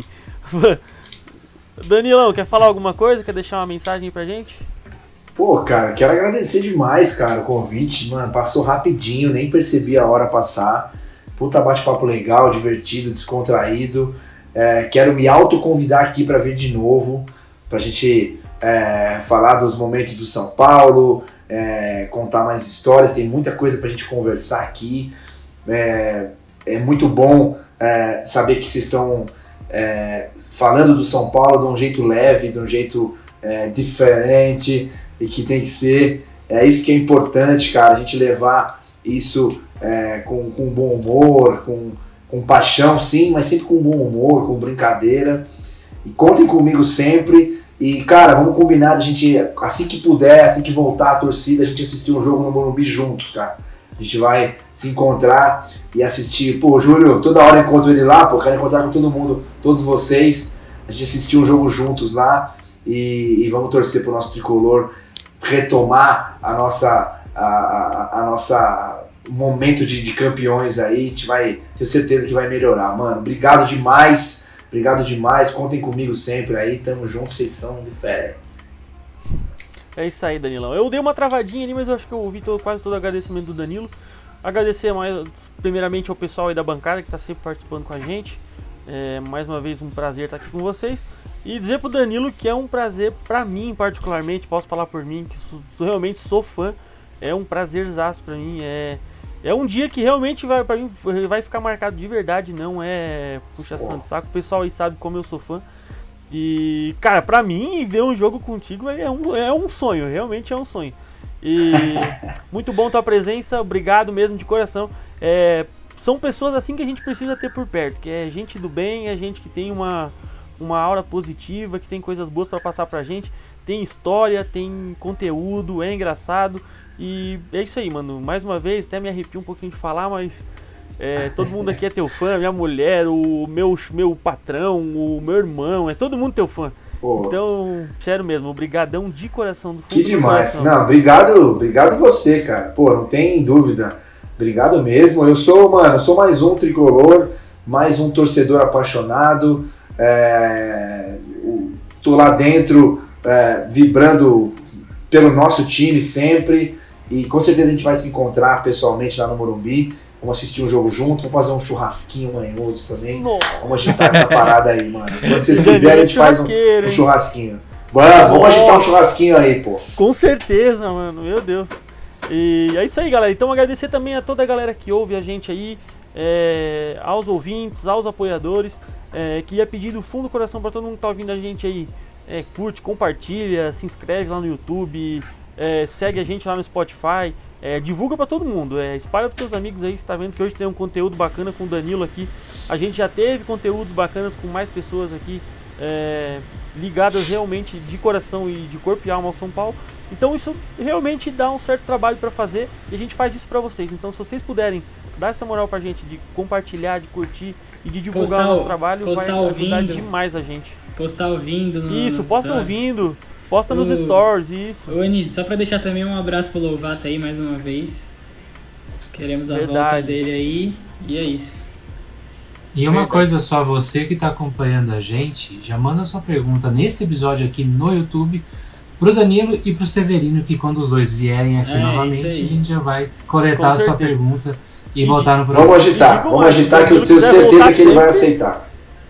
Danilão, quer falar alguma coisa? Quer deixar uma mensagem aí pra gente? Pô, cara, quero agradecer demais, cara, o convite. Mano, passou rapidinho, nem percebi a hora passar. Puta bate-papo legal, divertido, descontraído. É, quero me autoconvidar aqui pra vir de novo, pra gente é, falar dos momentos do São Paulo, é, contar mais histórias. Tem muita coisa pra gente conversar aqui. É, é muito bom é, saber que vocês estão é, falando do São Paulo de um jeito leve, de um jeito é, diferente, e que tem que ser. É isso que é importante, cara, a gente levar isso é, com, com bom humor, com, com paixão, sim, mas sempre com bom humor, com brincadeira. E contem comigo sempre. E, cara, vamos combinar de a gente, assim que puder, assim que voltar a torcida, a gente assistir um jogo no Morumbi juntos, cara. A gente vai se encontrar e assistir. Pô, Júlio, toda hora eu encontro ele lá, pô, quero encontrar com todo mundo, todos vocês. A gente assistir um jogo juntos lá e, e vamos torcer pro nosso tricolor retomar a nossa, a, a, a nossa momento de, de campeões aí. A gente vai, tenho certeza que vai melhorar, mano. Obrigado demais, obrigado demais. Contem comigo sempre aí, tamo junto, vocês são diferentes. É isso aí, Danilão. Eu dei uma travadinha ali, mas eu acho que eu ouvi todo, quase todo o agradecimento do Danilo. Agradecer mais, primeiramente ao pessoal aí da bancada que está sempre participando com a gente. É, mais uma vez um prazer estar aqui com vocês. E dizer pro Danilo que é um prazer pra mim particularmente, posso falar por mim, que sou, realmente sou fã. É um prazerzaço pra mim. É, é um dia que realmente vai, pra mim, vai ficar marcado de verdade, não é puxação de saco. O pessoal aí sabe como eu sou fã. E, cara, pra mim, ver um jogo contigo é um, é um sonho, realmente é um sonho. E muito bom tua presença, obrigado mesmo de coração. É, são pessoas assim que a gente precisa ter por perto, que é gente do bem, é gente que tem uma, uma aura positiva, que tem coisas boas pra passar pra gente, tem história, tem conteúdo, é engraçado. E é isso aí, mano. Mais uma vez, até me arrepio um pouquinho de falar, mas... É, todo mundo aqui é teu fã, minha mulher, o meu, meu patrão, o meu irmão, é todo mundo teu fã. Pô. Então, sério mesmo, obrigadão de coração do fundo. Que demais. Do não, obrigado, obrigado você, cara. Pô, não tem dúvida. Obrigado mesmo. Eu sou, mano, eu sou mais um tricolor, mais um torcedor apaixonado. É, tô lá dentro, é, vibrando pelo nosso time sempre. E com certeza a gente vai se encontrar pessoalmente lá no Morumbi. Vamos assistir um jogo junto, vamos fazer um churrasquinho manhoso também. Nossa. Vamos agitar essa parada aí, mano. Quando vocês quiserem, a gente faz um, um churrasquinho. Vamos, vamos agitar um churrasquinho aí, pô. Com certeza, mano. Meu Deus. E é isso aí, galera. Então agradecer também a toda a galera que ouve a gente aí, é, aos ouvintes, aos apoiadores. É, queria pedir do fundo do coração pra todo mundo que tá ouvindo a gente aí. É, curte, compartilha, se inscreve lá no YouTube, é, segue a gente lá no Spotify. É, divulga pra todo mundo, é, espalha pros teus amigos aí. Você tá vendo que hoje tem um conteúdo bacana com o Danilo aqui. A gente já teve conteúdos bacanas com mais pessoas aqui, é, ligadas realmente de coração e de corpo e alma ao São Paulo. Então isso realmente dá um certo trabalho pra fazer e a gente faz isso pra vocês. Então se vocês puderem dar essa moral pra gente de compartilhar, de curtir e de divulgar postar, o nosso trabalho, vai ajudar ouvindo, demais a gente. Postar ouvindo no, Isso, posta stories. ouvindo. Posta o... nos stories, isso. Ô Anísio, só pra deixar também um abraço pro Lovato aí mais uma vez. Queremos a Verdade. volta dele aí. E é isso. E uma Verdade. coisa só, você que tá acompanhando a gente, já manda sua pergunta nesse episódio aqui no YouTube pro Danilo e pro Severino, que quando os dois vierem aqui é, novamente, a gente já vai coletar a sua pergunta e, e botar no programa. Vamos agitar, vamos agitar que eu tenho certeza que ele vai aceitar.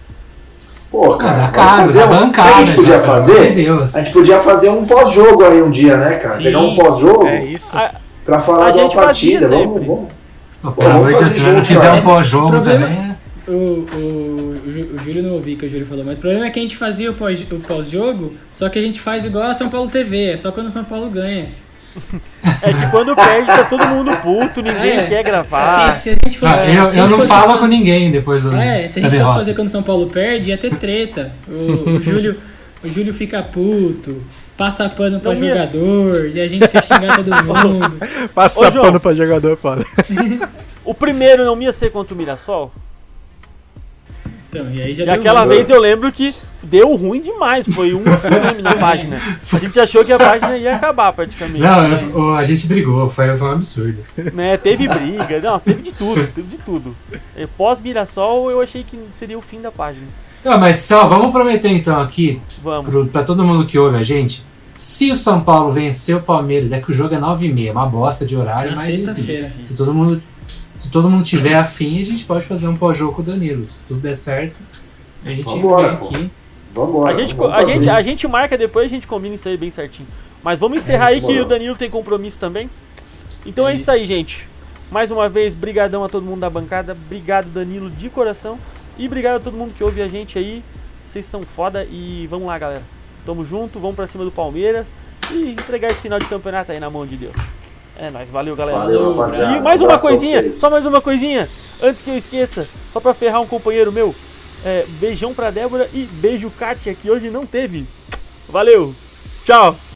Pô, cara, da casa, fazer da um, bancada, a gente podia fazer, Deus. a gente podia fazer um pós-jogo aí um dia, né, cara? Sim, pegar um pós-jogo é isso. pra falar de uma partida. Vamos, vamos. Pô, pelo amor de Deus, se não fizer um pós-jogo problema, também. O, o, o Júlio não ouviu o que o Júlio falou, mas o problema é que a gente fazia o, pós, o pós-jogo, só que a gente faz igual a São Paulo T V, é só quando o São Paulo ganha. É que quando perde tá todo mundo puto, ninguém é. quer gravar. Se, se a gente fosse, ah, eu gente eu não fosse falo fazer, com ninguém depois do. É, se a gente fosse fazer quando o São Paulo perde, ia ter treta. O, o, Júlio, o Júlio fica puto, passa pano pra não jogador, ia... e a gente quer xingar todo mundo. Passa Ô, pano pra jogador, foda. O primeiro não ia ser contra o Mirassol? Então, e aí já E deu aquela ruim. vez eu lembro que deu ruim demais. Foi um filme na página. A gente achou que a página ia acabar praticamente. Não, eu- a gente brigou, foi, foi um absurdo. Né, teve briga, não, teve de tudo, teve de tudo. E pós-Mirassol eu achei que seria o fim da página. Não, mas só, vamos prometer então aqui, Vamos. pro, pra todo mundo que ouve a gente, se o São Paulo vencer o Palmeiras, é que o jogo é nove e meia, uma bosta de horário, Na mas sexta-feira. enfim, se todo mundo se todo mundo tiver afim, a gente pode fazer um pós-jogo com o Danilo. Se tudo der certo, a gente Vambora, vem pô. aqui. Vambora. A gente, vamos a, gente, fazer. a gente marca depois, a gente combina isso aí bem certinho. Mas vamos encerrar É aí isso. que o Danilo tem compromisso também. Então é, É isso isso. aí, gente. Mais uma vez, brigadão a todo mundo da bancada. Obrigado, Danilo, de coração. E obrigado a todo mundo que ouve a gente aí. Vocês são foda e vamos lá, galera. Tamo junto, vamos pra cima do Palmeiras e entregar esse final de campeonato aí na mão de Deus. É nóis, valeu, galera. Valeu, rapaziada. E mais uma Abração pra coisinha, vocês. só mais uma coisinha, antes que eu esqueça, só pra ferrar um companheiro meu. É, beijão pra Débora e beijo Kátia, que hoje não teve. Valeu, tchau.